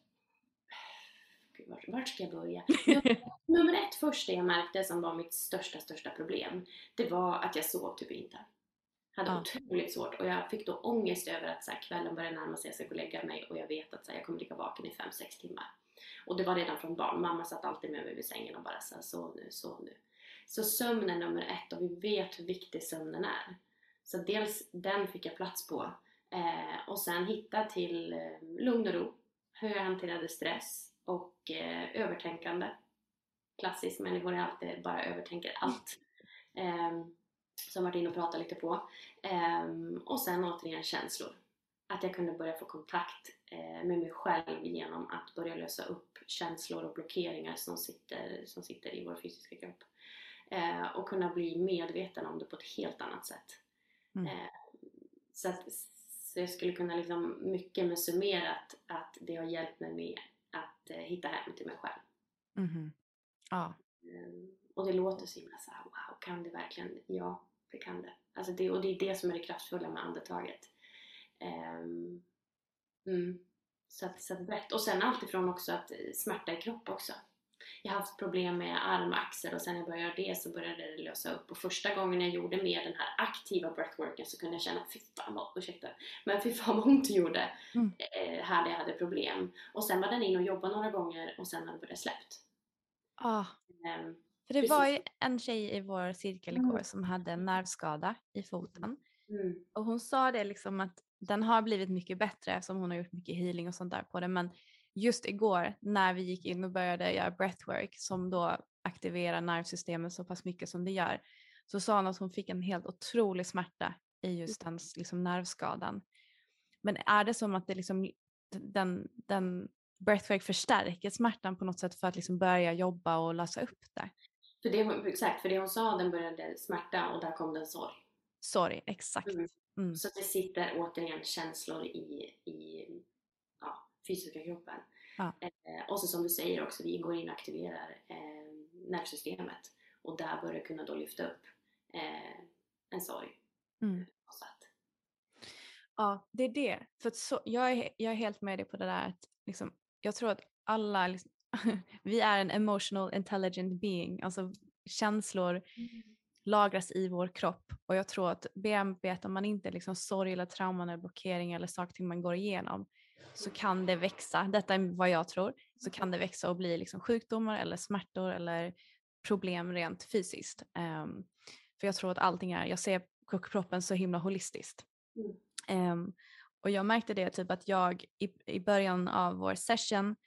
Gud, vart, vart ska jag börja? Nummer, nummer ett först det jag märkte som var mitt största, största problem. Det var att jag sov typ inte. Hade Ja. otroligt svårt och jag fick då ångest över att så här, kvällen börjar närma sig, jag ska gå och lägga mig och jag vet att så här, jag kommer ligga vaken i fem sex timmar. Och det var redan från barn. Mamma satt alltid med mig vid sängen och bara så här, sov nu, sov nu. Så sömn är nummer ett och vi vet hur viktig sömnen är. Så dels den fick jag plats på. Eh, och sen hitta till eh, lugn och ro. Hur jag hanterade stress och eh, övertänkande. Klassiskt, människor är alltid bara övertänker allt. Eh, som varit inne och pratat lite på. Eh, och sen återigen känslor. Att jag kunde börja få kontakt eh, med mig själv genom att börja lösa upp känslor och blockeringar som sitter, som sitter i vår fysiska kropp. Eh, och kunna bli medveten om det på ett helt annat sätt. Mm. Eh, så, att, så jag skulle kunna liksom mycket med summerat att det har hjälpt mig med att eh, hitta hem till mig själv. Mm. Ja. Eh, och det låter så himla så här, wow, kan det verkligen? Ja, det kan det. Alltså det. Och det är det som är det kraftfulla med andetaget. Um, mm. Så att, så att brett. Och sen alltifrån också att smärta i kropp också. Jag har haft problem med arm, axel och sen när jag började göra det så började det lösa upp. Och första gången jag gjorde mer den här aktiva breathworken så kunde jag känna fy fan vad, ursäkta, men fy fan vad ont det gjorde mm. eh, här där jag hade problem. Och sen var den in och jobbade några gånger och sen hade det släppt. Ah. Um, För det var ju en tjej i vår cirkel igår mm. som hade en nervskada i foten. Mm. Och hon sa det liksom att den har blivit mycket bättre som hon har gjort mycket healing och sånt där på det. Men just igår när vi gick in och började göra breathwork som då aktiverar nervsystemet så pass mycket som det gör. Så sa hon att hon fick en helt otrolig smärta i just den liksom, nervskadan. Men är det som att det liksom, den, den breathwork förstärker smärtan på något sätt för att liksom börja jobba och lösa upp det? För det exakt, för det hon sa den började smärta och där kom den sorg. Sorry, exakt. Mm. Mm. Så det sitter återigen känslor i, i ja, fysiska kroppen. Ja. Eh, och så som du säger också, vi går in och aktiverar eh, nervsystemet. Och där börjar kunna då lyfta upp eh, en sorg. Mm. Så att. Ja, det är det. För att så, jag, är, jag är helt med dig på det där. Att liksom, jag tror att alla, liksom, vi är en emotional intelligent being. Alltså känslor mm. lagras i vår kropp. Och jag tror att bearbetar man inte liksom sorg eller trauman eller blockering eller saker man går igenom så kan det växa. Detta är vad jag tror. Så kan det växa och bli liksom sjukdomar eller smärtor eller problem rent fysiskt. Um, för jag tror att allting är, jag ser kroppen så himla holistiskt. Mm. Um, och jag märkte det typ att jag i, i början av vår session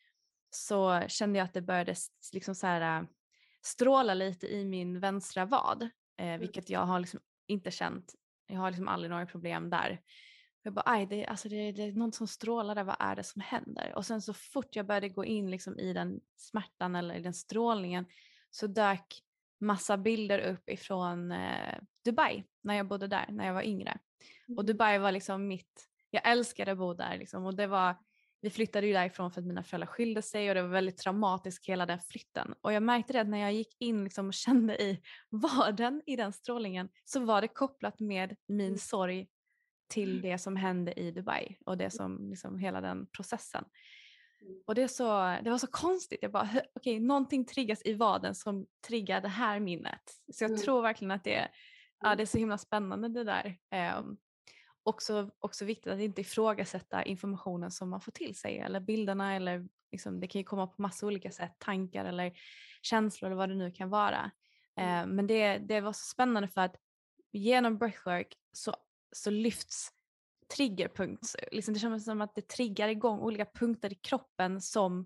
så kände jag att det började liksom så här stråla lite i min vänstra vad. Eh, vilket jag har liksom inte känt. Jag har liksom aldrig några problem där. Jag bara, aj, det, alltså det, det är något som strålar där. Vad är det som händer? Och sen så fort jag började gå in liksom i den smärtan eller i den strålningen så dök massa bilder upp ifrån eh, Dubai. När jag bodde där, när jag var yngre. Mm. Och Dubai var liksom mitt, jag älskade att bo där liksom. Och det var, vi flyttade ju därifrån för att mina föräldrar skilde sig och det var väldigt traumatiskt hela den flytten. Och jag märkte det att när jag gick in liksom och kände i vaden i den strålningen så var det kopplat med min mm. sorg till det som hände i Dubai och det som liksom hela den processen. Mm. Och det, är så, det var så konstigt. Jag bara, okej, okay, någonting triggas i vaden som triggar det här minnet. Så jag mm. tror verkligen att det är, ja, det är så himla spännande det där. Um, Också, också viktigt att inte ifrågasätta informationen som man får till sig eller bilderna eller liksom, det kan ju komma på massa olika sätt, tankar eller känslor eller vad det nu kan vara. Mm. Eh, men det, det var så spännande för att genom breathwork så, så lyfts triggerpunkt. Liksom det känns som att det triggar igång olika punkter i kroppen som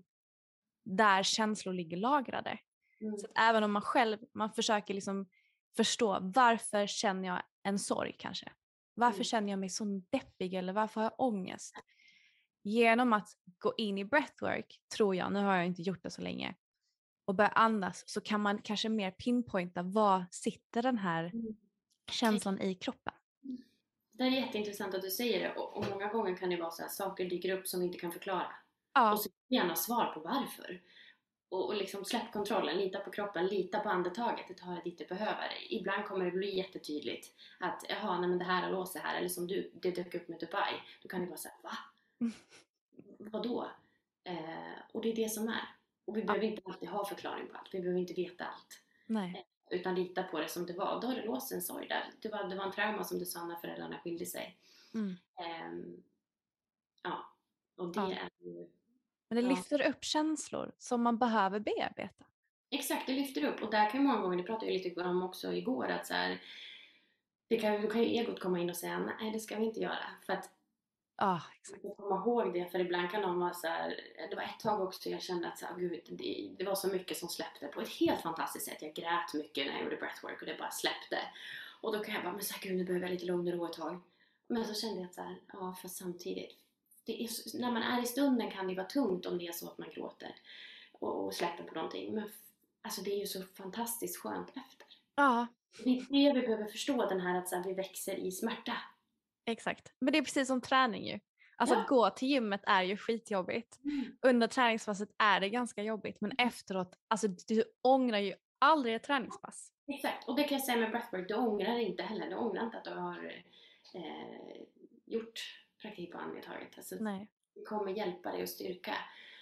där känslor ligger lagrade. Mm. Så att även om man själv man försöker liksom förstå varför känner jag en sorg kanske. Varför mm. känner jag mig så deppig eller varför har jag ångest? Genom att gå in i breathwork tror jag, nu har jag inte gjort det så länge, och börja andas så kan man kanske mer pinpointa var sitter den här mm. känslan i kroppen. Det är jätteintressant att du säger det och, och många gånger kan det vara så här saker dyker upp som vi inte kan förklara. Ja. Och så gärna svar på varför. Och, och liksom släpp kontrollen, lita på kroppen, lita på andetaget, det tar dit du behöver. Ibland kommer det bli jättetydligt att jaha, nej men det här har låst sig här, eller som du, det dök upp med Dubai. Då kan det vara så här, va? Vadå? Eh, och det är det som är. Och vi behöver inte alltid ha förklaring på allt, vi behöver inte veta allt. Nej. Eh, utan lita på det som det var. Då har det låst en sorg där. Det var, det var en trauma som du sa när föräldrarna skilde sig. Mm. Eh, ja, och det Ja. är ju... Men det Ja. lyfter upp känslor som man behöver bearbeta. Exakt, det lyfter upp. Och där kan många gånger, det pratade jag lite om också igår, att så här, det kan, då kan ju egot komma in och säga nej, det ska vi inte göra. För att Ja, exakt. jag komma ihåg det, för ibland kan de vara så här, det var ett tag också jag kände att så här, gud, det, det var så mycket som släppte på ett helt fantastiskt sätt. Jag grät mycket när jag gjorde breathwork och det bara släppte. Och då kan jag bara, men så här, gud, nu behöver jag lite lugn och ro ett tag. Men så kände jag att så här, ja, för samtidigt, det är så, när man är i stunden kan det vara tungt om det är så att man gråter och, och släpper på någonting. Men alltså det är ju så fantastiskt skönt efter. Ja, Det är det vi behöver förstå, den här att så här, vi växer i smärta. exakt. Men det är precis som träning ju. Alltså Ja. att gå till gymmet är ju skitjobbigt. Mm. Under träningspasset är det ganska jobbigt. Men efteråt, alltså du ångrar ju aldrig ett träningspass. Exakt, och det kan jag säga med breathwork, du ångrar inte heller. Du ångrar inte att du har eh, gjort praktik på andetaget. Alltså, Nej. det kommer hjälpa dig att styrka.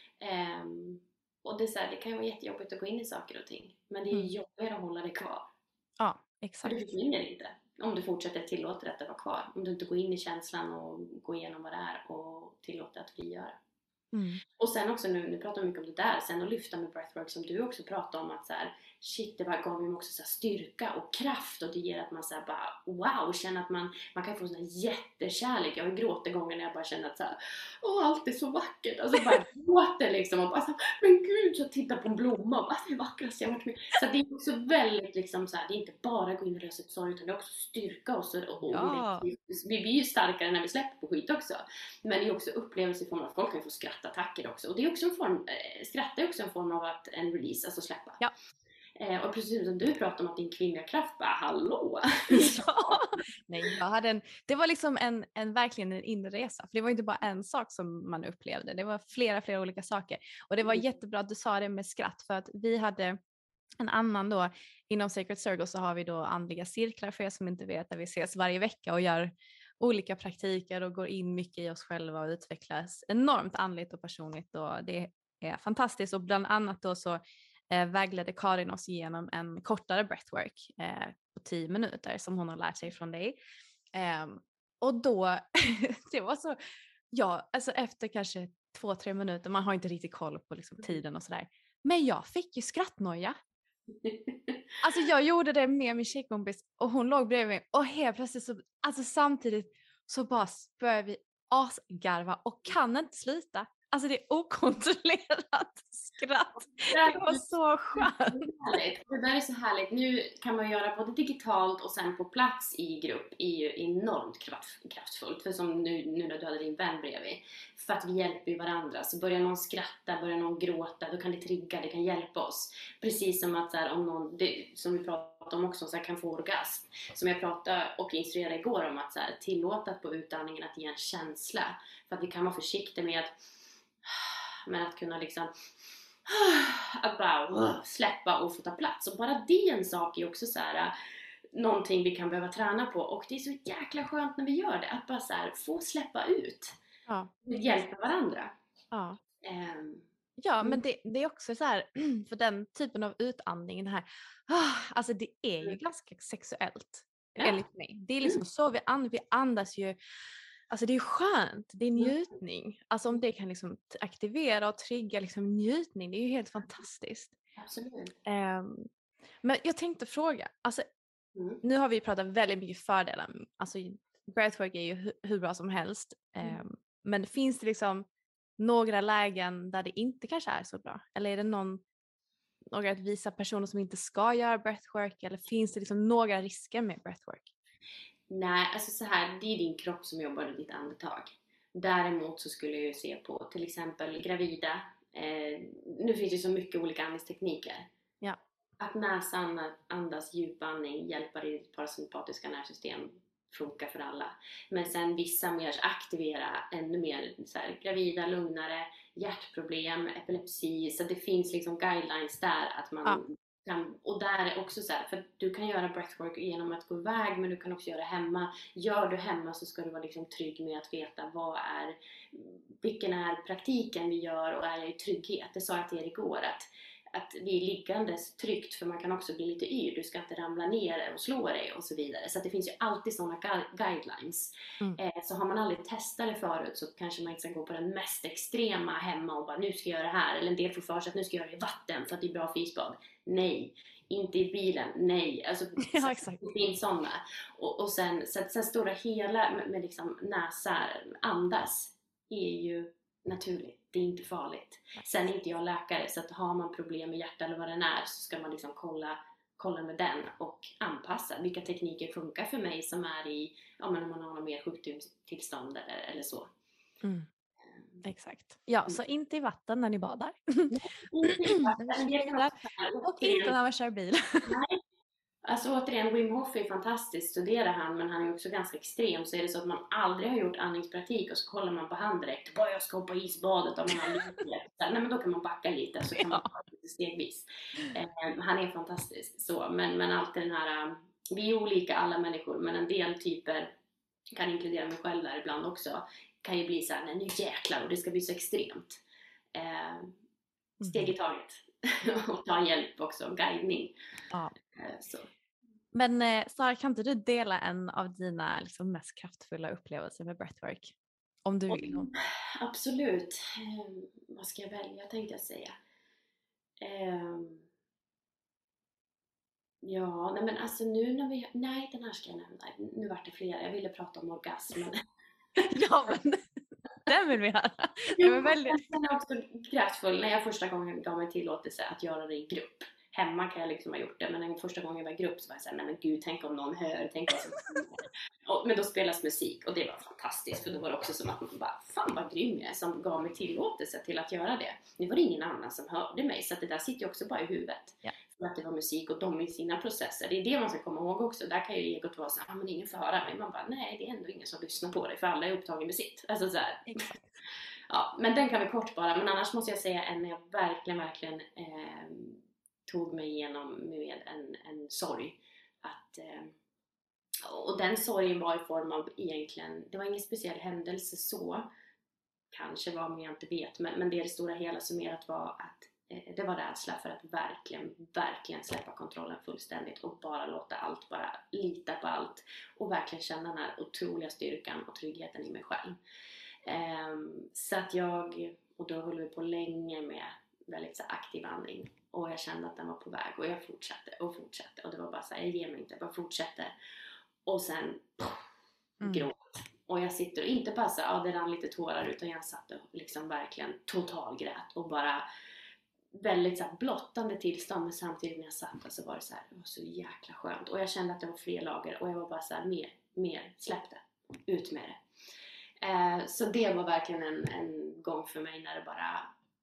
Um, och det, är så här, det kan ju vara jättejobbigt att gå in i saker och ting. Men det är Mm. jobbigare att hålla det kvar. Ja, För exakt. det försvinner inte. Om du fortsätter tillåta det att vara kvar. Om du inte går in i känslan och går igenom vad det är och tillåter att frigöra. Mm. Och sen också, nu, nu pratar vi mycket om det där, sen att lyfta med breathwork som du också pratade om, att så här, shit, det bara gav mig också så här styrka och kraft, och det ger att man så här bara wow, känner att man, man kan få sån här jättekärlek. Jag har gråtit gånger när jag bara känner att så här, åh, allt är så vackert, alltså bara gråter liksom och bara så här, men gud, så tittar på en blomma och bara, det är vackrast jag har varit med. Så det är också väldigt liksom så här, det är inte bara gå in och lösa ett sorg, utan det är också styrka oss och, och, Ja. och vi, vi blir ju starkare när vi släpper på skit också. Men det är också upplevelse i form av att folk kan få skrattattacker också. Och det är också en form, eh, skratta är också en form av att en release, alltså släppa. Ja. Eh, och precis som du pratade om att din kvinnliga kraft bara, hallå! Ja. Nej, jag hade en, det var liksom en, en verkligen en inre resa. För det var inte bara en sak som man upplevde. Det var flera, flera olika saker. Och det var Mm. jättebra att du sa det med skratt. För att vi hade en annan då, inom Sacred Circle så har vi då andliga cirklar, för er som inte vet, där vi ses varje vecka och gör olika praktiker och går in mycket i oss själva och utvecklas enormt andligt och personligt, och det är fantastiskt. Och bland annat då så eh, vägledde Karin oss igenom en kortare breathwork eh, på tio minuter som hon har lärt sig från dig. Eh, och då, det var så, ja, alltså efter kanske två, tre minuter, man har inte riktigt koll på liksom tiden och sådär. Men jag fick ju skrattnoja. Alltså jag gjorde det med min tjejkompis och hon låg bredvid mig och helt plötsligt så, alltså samtidigt så bara började vi asgarva och kan inte sluta. Alltså det är okontrollerat skratt. Det var så skönt. Det där är så härligt. Nu kan man göra både digitalt och sen på plats i grupp, är ju enormt kraft, kraftfullt. För som nu, nu när du hade din vän bredvid. För att vi hjälper ju varandra. Så börjar någon skratta, börjar någon gråta, då kan det trigga, det kan hjälpa oss. Precis som att så här, om någon, det, som vi pratade om också, så här, kan få orgasm. Som jag pratade och instruerade igår om, att så här, tillåta på utandningen att ge en känsla. För att vi kan vara försiktiga med att, men att kunna liksom att bara släppa och få ta plats. Och bara det en sak är också så här, någonting vi kan behöva träna på. Och det är så jäkla skönt när vi gör det, att bara så här, få släppa ut. Ja. Hjälpa varandra. Ja. Um, Ja, men det, det är också så här, för den typen av utandning, det här, alltså det är ju Mm. ganska sexuellt, Ja. enligt mig. Det är liksom så vi andas, vi andas ju, alltså det är skönt, det är njutning. Alltså om det kan liksom aktivera och trigga liksom njutning, det är ju helt fantastiskt. absolut. Um, men jag tänkte fråga, alltså Mm. nu har vi pratat väldigt mycket fördelar, alltså breathwork är ju hur, hur bra som helst, Mm. um, men finns det liksom några lägen där det inte kanske är så bra? Eller är det någon, några att visa personer som inte ska göra breathwork? Eller finns det liksom några risker med breathwork? Nej, alltså så här, det är din kropp som jobbar med ditt andetag. Däremot så skulle jag ju se på till exempel gravida. Eh, nu finns det så mycket olika andningstekniker. Ja. Att näsan andas djupandning hjälper i ditt parasympatiska nervsystem funkar för alla. Men sen vissa mer aktivera ännu mer så här, gravida, lugnare, hjärtproblem, epilepsi. Så det finns liksom guidelines där att man ja. kan, och där är också så här, för du kan göra breathwork genom att gå iväg, men du kan också göra det hemma. Gör du hemma så ska du vara liksom trygg med att veta vad är, vilken är praktiken vi gör och är jag i trygghet. Det sa jag till er igår att att vi är liggandes tryggt, för man kan också bli lite yr, du ska inte ramla ner och slå dig och så vidare. Så att det finns ju alltid sådana gu- guidelines. Mm. Eh, så har man aldrig testat det förut så kanske man inte ska gå på den mest extrema hemma och bara nu ska jag göra det här. Eller en del får för sig att nu ska jag göra det i vatten för att det är bra för isbad. Nej, inte i bilen, nej. Alltså, ja, exakt. Det finns sådana. Och, och sen, så att, sen stora hela med, med liksom näsa, andas är ju naturligt. Det är inte farligt. Sen är inte jag läkare, så att har man problem med hjärta eller vad den är så ska man liksom kolla, kolla med den och anpassa vilka tekniker funkar för mig som är i, ja men om man har något mer sjukdomstillstånd eller, eller så. Mm. Exakt. Ja, så inte i vatten när ni badar. Inte i vatten. Och inte när man kör bil. Nej. Alltså återigen, Wim Hof är fantastiskt, studerar han, men han är också ganska extrem. Så är det så att man aldrig har gjort andningspraktik och så kollar man på han direkt, bara jag ska hoppa i isbadet om man har lite. Nej, men då kan man backa lite, så kan man ta lite stegvis. Eh, han är fantastisk så, men, men alltid den här, vi är olika alla människor, men en del typer, kan inkludera mig själv där ibland också, kan ju bli så här, nej nu jäklar, och det ska bli så extremt. Eh, steg i taget. Och ta hjälp också, guidning. Ja. Så. Men eh, Sara, kan inte du dela en av dina liksom, mest kraftfulla upplevelser med breathwork? Om du vill. Och, absolut. Eh, vad ska jag välja, tänkte jag säga. Eh, ja, nej men alltså nu när vi... Nej, den här ska jag nämna. Nu vart det flera. Jag ville prata om orgasmen. Ja, men den vill vi höra. Det var väldigt... Den är också kraftfull. När jag första gången gav mig tillåtelse att göra det i grupp. Hemma kan jag liksom ha gjort det, men den första gången jag var i grupp så var jag såhär, nej men gud, tänk om någon hör, tänk vad som och, men då spelas musik och det var fantastiskt, för då var det också som att man bara, fan vad grym jag är som gav mig tillåtelse till att göra det. Nu var det ingen annan som hörde mig, så att det där sitter ju också bara i huvudet. Ja. För att det var musik och de i sina processer. Det är det man ska komma ihåg också. Där kan ju egot vara såhär, ah, men ingen får höra mig. Man bara, nej det är ändå ingen som lyssnar på dig, för alla är upptagen med sitt. Alltså såhär. Exakt. Ja, men den kan vi kort bara, men annars måste jag säga en jag verkligen, verkligen eh, tog mig igenom med en, en sorg. Att, eh, och den sorgen var i form av egentligen, det var ingen speciell händelse så, kanske var man jag inte vet, men, men det det stora hela summerat var att eh, det var rädsla för att verkligen, verkligen släppa kontrollen fullständigt och bara låta allt, bara lita på allt och verkligen känna den här otroliga styrkan och tryggheten i mig själv. Eh, så att jag, och då höll vi på länge med väldigt så aktiv andning. Och jag kände att den var på väg. Och jag fortsatte och fortsatte. Och det var bara så här, jag ger mig inte. Jag bara fortsätter. Och sen mm. gråt. Och jag sitter och inte bara så ja det rann lite tårar. Utan jag satt och liksom verkligen totalgrät. Och bara väldigt så här blottande tillstånd. Men samtidigt när jag satt så var det så här, det var så jäkla skönt. Och jag kände att det var fler lager. Och jag var bara så här, mer, mer, släpp det. Ut med det. Eh, så det var verkligen en, en gång för mig när det bara...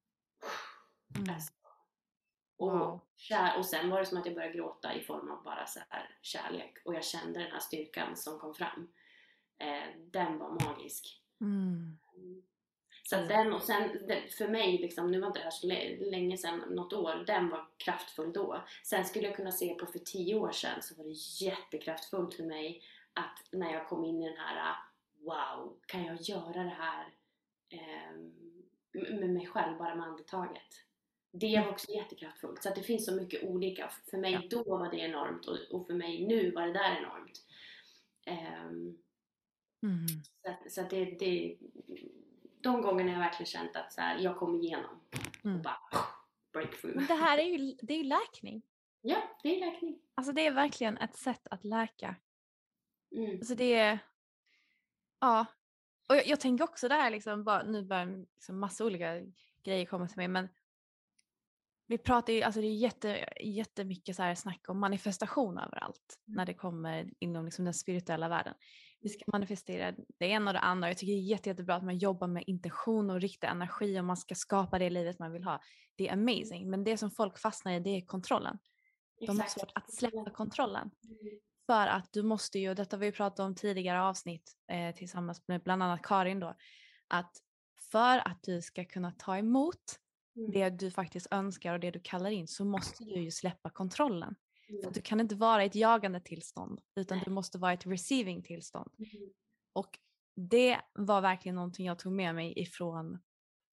Mm. Alltså, och, wow. kär, och sen var det som att jag började gråta i form av bara så här kärlek. Och jag kände den här styrkan som kom fram. Eh, den var magisk. Mm. Så att den, och sen för mig liksom, nu var inte det här så länge sedan, något år, den var kraftfull då. Sen skulle jag kunna se på för tio år sedan så var det jättekraftfullt för mig att när jag kom in i den här, wow, kan jag göra det här eh, med mig själv, bara med andetaget. Det var också jättekraftfullt. Så att det finns så mycket olika. För mig ja. Då var det enormt. Och, och för mig nu var det där enormt. Um, mm. Så, så att det, det... De gångerna jag verkligen känt att så här, jag kom igenom. Mm. Och bara breakthrough. Men det här är ju, det är ju läkning. Ja, det är läkning. Alltså det är verkligen ett sätt att läka. Mm. Alltså det är... Ja. Och jag, jag tänker också där liksom. Bara, nu börjar liksom massa olika grejer komma till mig. Men vi pratar ju, alltså det är jätte, jättemycket så här snack om manifestation överallt. Mm. När det kommer inom liksom den spirituella världen. Vi ska manifestera det ena och det andra. Jag tycker det är jätte, jättebra att man jobbar med intention och riktig energi. Och man ska skapa det livet man vill ha. Det är amazing. Men det som folk fastnar i, det är kontrollen. De har svårt att släppa kontrollen. för att du måste ju, detta har vi pratat om tidigare avsnitt eh, tillsammans med bland annat Karin då, att för att du ska kunna ta emot Mm. det du faktiskt önskar och det du kallar in, så måste du ju släppa kontrollen. Mm. För att du kan inte vara i ett jagande tillstånd, utan Nej. du måste vara i ett receiving tillstånd. Mm. Och det var verkligen någonting jag tog med mig ifrån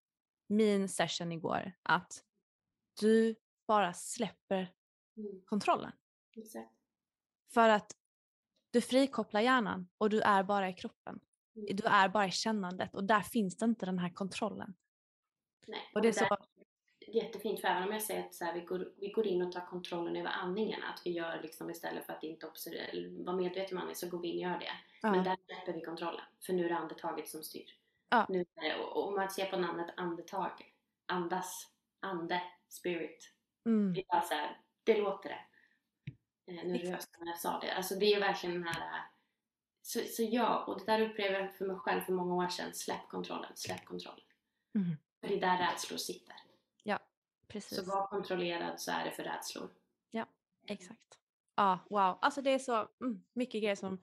min session igår, att du bara släpper Mm. kontrollen. Exakt. För att du frikopplar hjärnan och du är bara i kroppen. Mm. Du är bara i kännandet och där finns det inte den här kontrollen. Nej. Och det är där så... är jättefint, för även om jag säger att så här, vi, går, vi går in och tar kontrollen över andningen, att vi gör liksom istället för att inte observera, vara medveten om andningen, så går vi in och gör det. Ja. Men där släpper vi kontrollen, för nu är det andetaget som styr. Ja. Nu är det, och om man ser på namnet andetag, andas, ande, spirit. Mm. Det är bara så här, det låter det. Eh, nu röst när jag sa det. Alltså det är verkligen den här... Så, så ja, och det där upplevde jag för mig själv för många år sedan. Släpp kontrollen, släpp kontrollen. Mm. För det är där rädslor sitter. Ja, precis. Så var kontrollerad, så är det för rädslor. Ja, exakt. Ja, wow. Alltså det är så mm, mycket grejer som...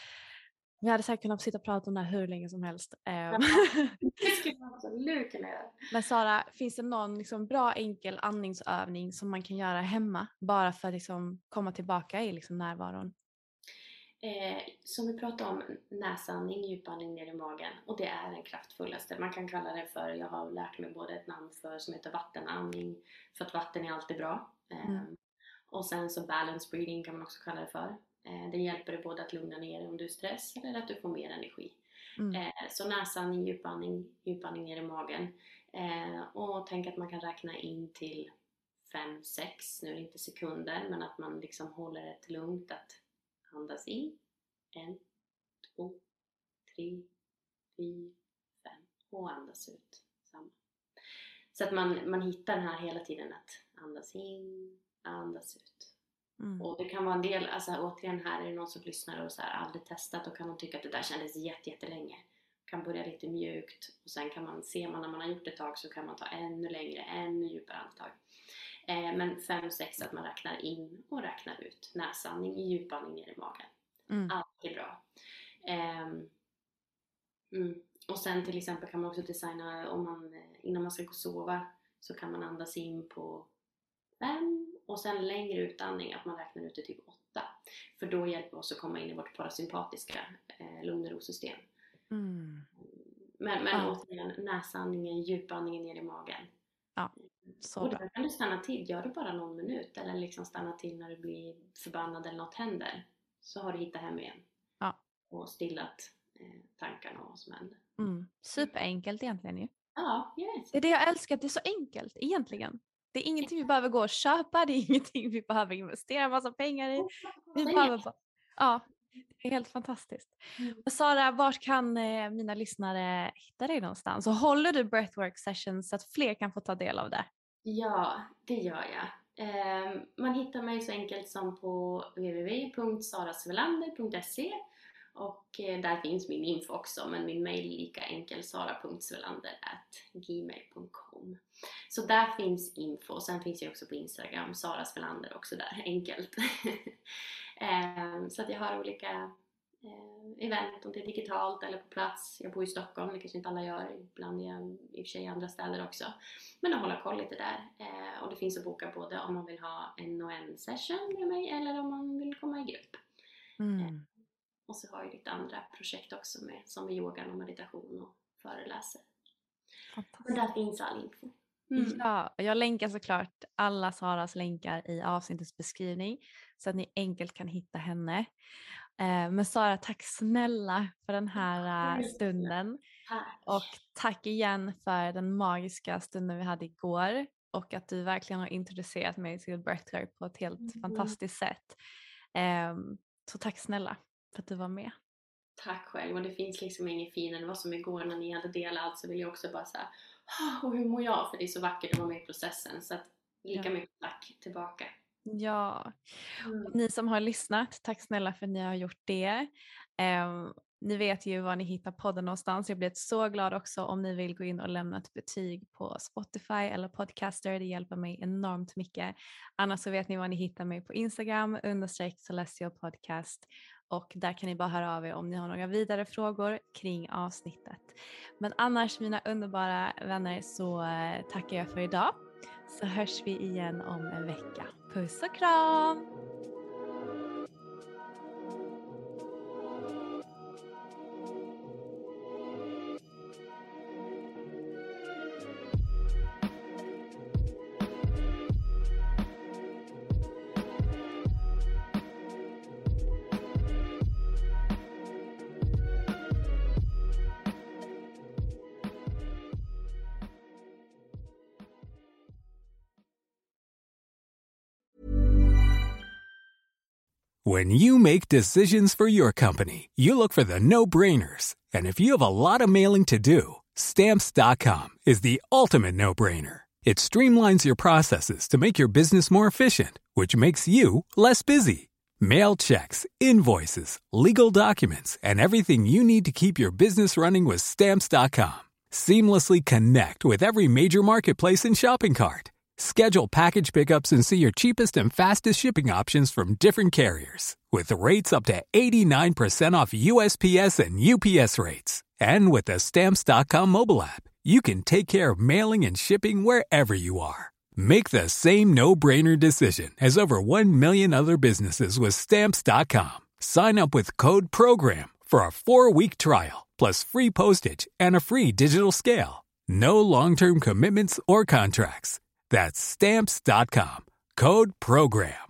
Vi hade säkert kunnat sitta och prata om det här hur länge som helst. Ja, det skulle man absolut kunna göra. Men Sara, finns det någon liksom bra enkel andningsövning som man kan göra hemma? Bara för att liksom komma tillbaka i liksom närvaron? Eh, som vi pratade om, näsandning, djupandning ner i magen. Och det är den kraftfullaste. Man kan kalla det för, jag har lärt mig både ett namn för som heter vattenandning. För att vatten är alltid bra. Eh, Mm. Och sen så balance breathing kan man också kalla det för. Eh, det hjälper dig både att lugna ner om du är stress eller att du får mer energi. Mm. Eh, så näsandning, djupandning, djupandning ner i magen. Eh, och tänk att man kan räkna in till fem sex, nu är det inte sekunder, men att man liksom håller det lugnt, att andas in, en, två, tre, fyra, fem och andas ut, samma. Så att man, man hittar den här hela tiden, att andas in, andas ut. Mm. Och det kan vara en del, alltså återigen här är det någon som lyssnar och så här aldrig testat, och kan de tycka att det där kändes jätte, jättelänge. Kan börja lite mjukt och sen kan man, se man när man har gjort ett tag, så kan man ta ännu längre, ännu djupare andetag. Eh, men fem sex att man räknar in och räknar ut. Näsandning, djupandning ner i magen. Mm. Allt är bra. Eh, mm. Och sen till exempel kan man också designa, om man, innan man ska gå och sova, så kan man andas in på fem och sen längre utandning, att man räknar ut till typ åtta. För då hjälper oss att komma in i vårt parasympatiska eh, lugn- och ro-system. Mm. Men, men Ja. återigen, näsandningen, djupandningen ner i magen. Ja, så Och bra. då kan du stanna till, gör det bara någon minut, eller liksom stanna till när du blir förbannad eller något händer. Så har du hittat hem igen. Ja. Och stillat eh, tankarna och vad som händer. Mm. Superenkelt egentligen ju. Ja, yes. Det är det jag älskar, att det är så enkelt egentligen. Det är ingenting vi behöver gå och köpa, det är ingenting vi behöver investera en massa pengar i. Vi behöver bara... Ja, det är helt fantastiskt. Mm. Och Sara, vart kan eh, mina lyssnare hitta dig någonstans? Och håller du breathwork sessions så att fler kan få ta del av det? Ja, det gör jag. Eh, man hittar mig så enkelt som på w w w punkt sara svelander punkt se. Och eh, där finns min info också, men min mail är lika enkel, sara punkt svelander at gmail punkt com. Så där finns info. Sen finns jag också på Instagram, Sara Svelander, också där, enkelt. eh, så att jag har olika eh, event, om det är digitalt eller på plats. Jag bor i Stockholm, det kanske inte alla gör, ibland är jag i och för sig i andra städer också. Men att hålla koll lite där. Eh, och det finns att boka både om man vill ha en och en session med mig, eller om man vill komma i grupp. Mm. Och så har jag lite andra projekt också med, som är yoga och meditation och föreläser. Men Fantastiskt. där finns all info. Mm. Ja, jag länkar såklart alla Saras länkar i avsnittets beskrivning så att ni enkelt kan hitta henne. Eh, men Sara, tack snälla för den här eh, stunden. Tack. Och tack igen för den magiska stunden vi hade igår. Och att du verkligen har introducerat mig till breathwork på ett helt Mm. fantastiskt sätt. Eh, så tack snälla för att du var med. Tack själv, och det finns liksom ingen finare. Det var som igår när ni hade delat allt, så vill jag också bara säga, och hur mår jag? För det är så vackert att vara med i processen. Så att lika Ja. mycket tack tillbaka. Ja, Mm. och ni som har lyssnat, tack snälla för att ni har gjort det. Um, ni vet ju var ni hittar podden någonstans. Jag blir så glad också om ni vill gå in och lämna ett betyg på Spotify eller Podcaster. Det hjälper mig enormt mycket. Annars så vet ni var ni hittar mig på Instagram understreck Celestial Podcast. Och där kan ni bara höra av er om ni har några vidare frågor kring avsnittet. Men annars mina underbara vänner så eh, tackar jag för idag. Så hörs vi igen om en vecka. Puss och kram! When you make decisions for your company, you look for the no-brainers. And if you have a lot of mailing to do, Stamps dot com is the ultimate no-brainer. It streamlines your processes to make your business more efficient, which makes you less busy. Mail checks, invoices, legal documents, and everything you need to keep your business running with Stamps dot com. Seamlessly connect with every major marketplace and shopping cart. Schedule package pickups and see your cheapest and fastest shipping options from different carriers. With rates up to eighty-nine percent off U S P S and U P S rates. And with the Stamps dot com mobile app, you can take care of mailing and shipping wherever you are. Make the same no-brainer decision as over one million other businesses with Stamps dot com. Sign up with code PROGRAM for a four-week trial, plus free postage and a free digital scale. No long-term commitments or contracts. That's Stamps dot com. Code PROGRAM.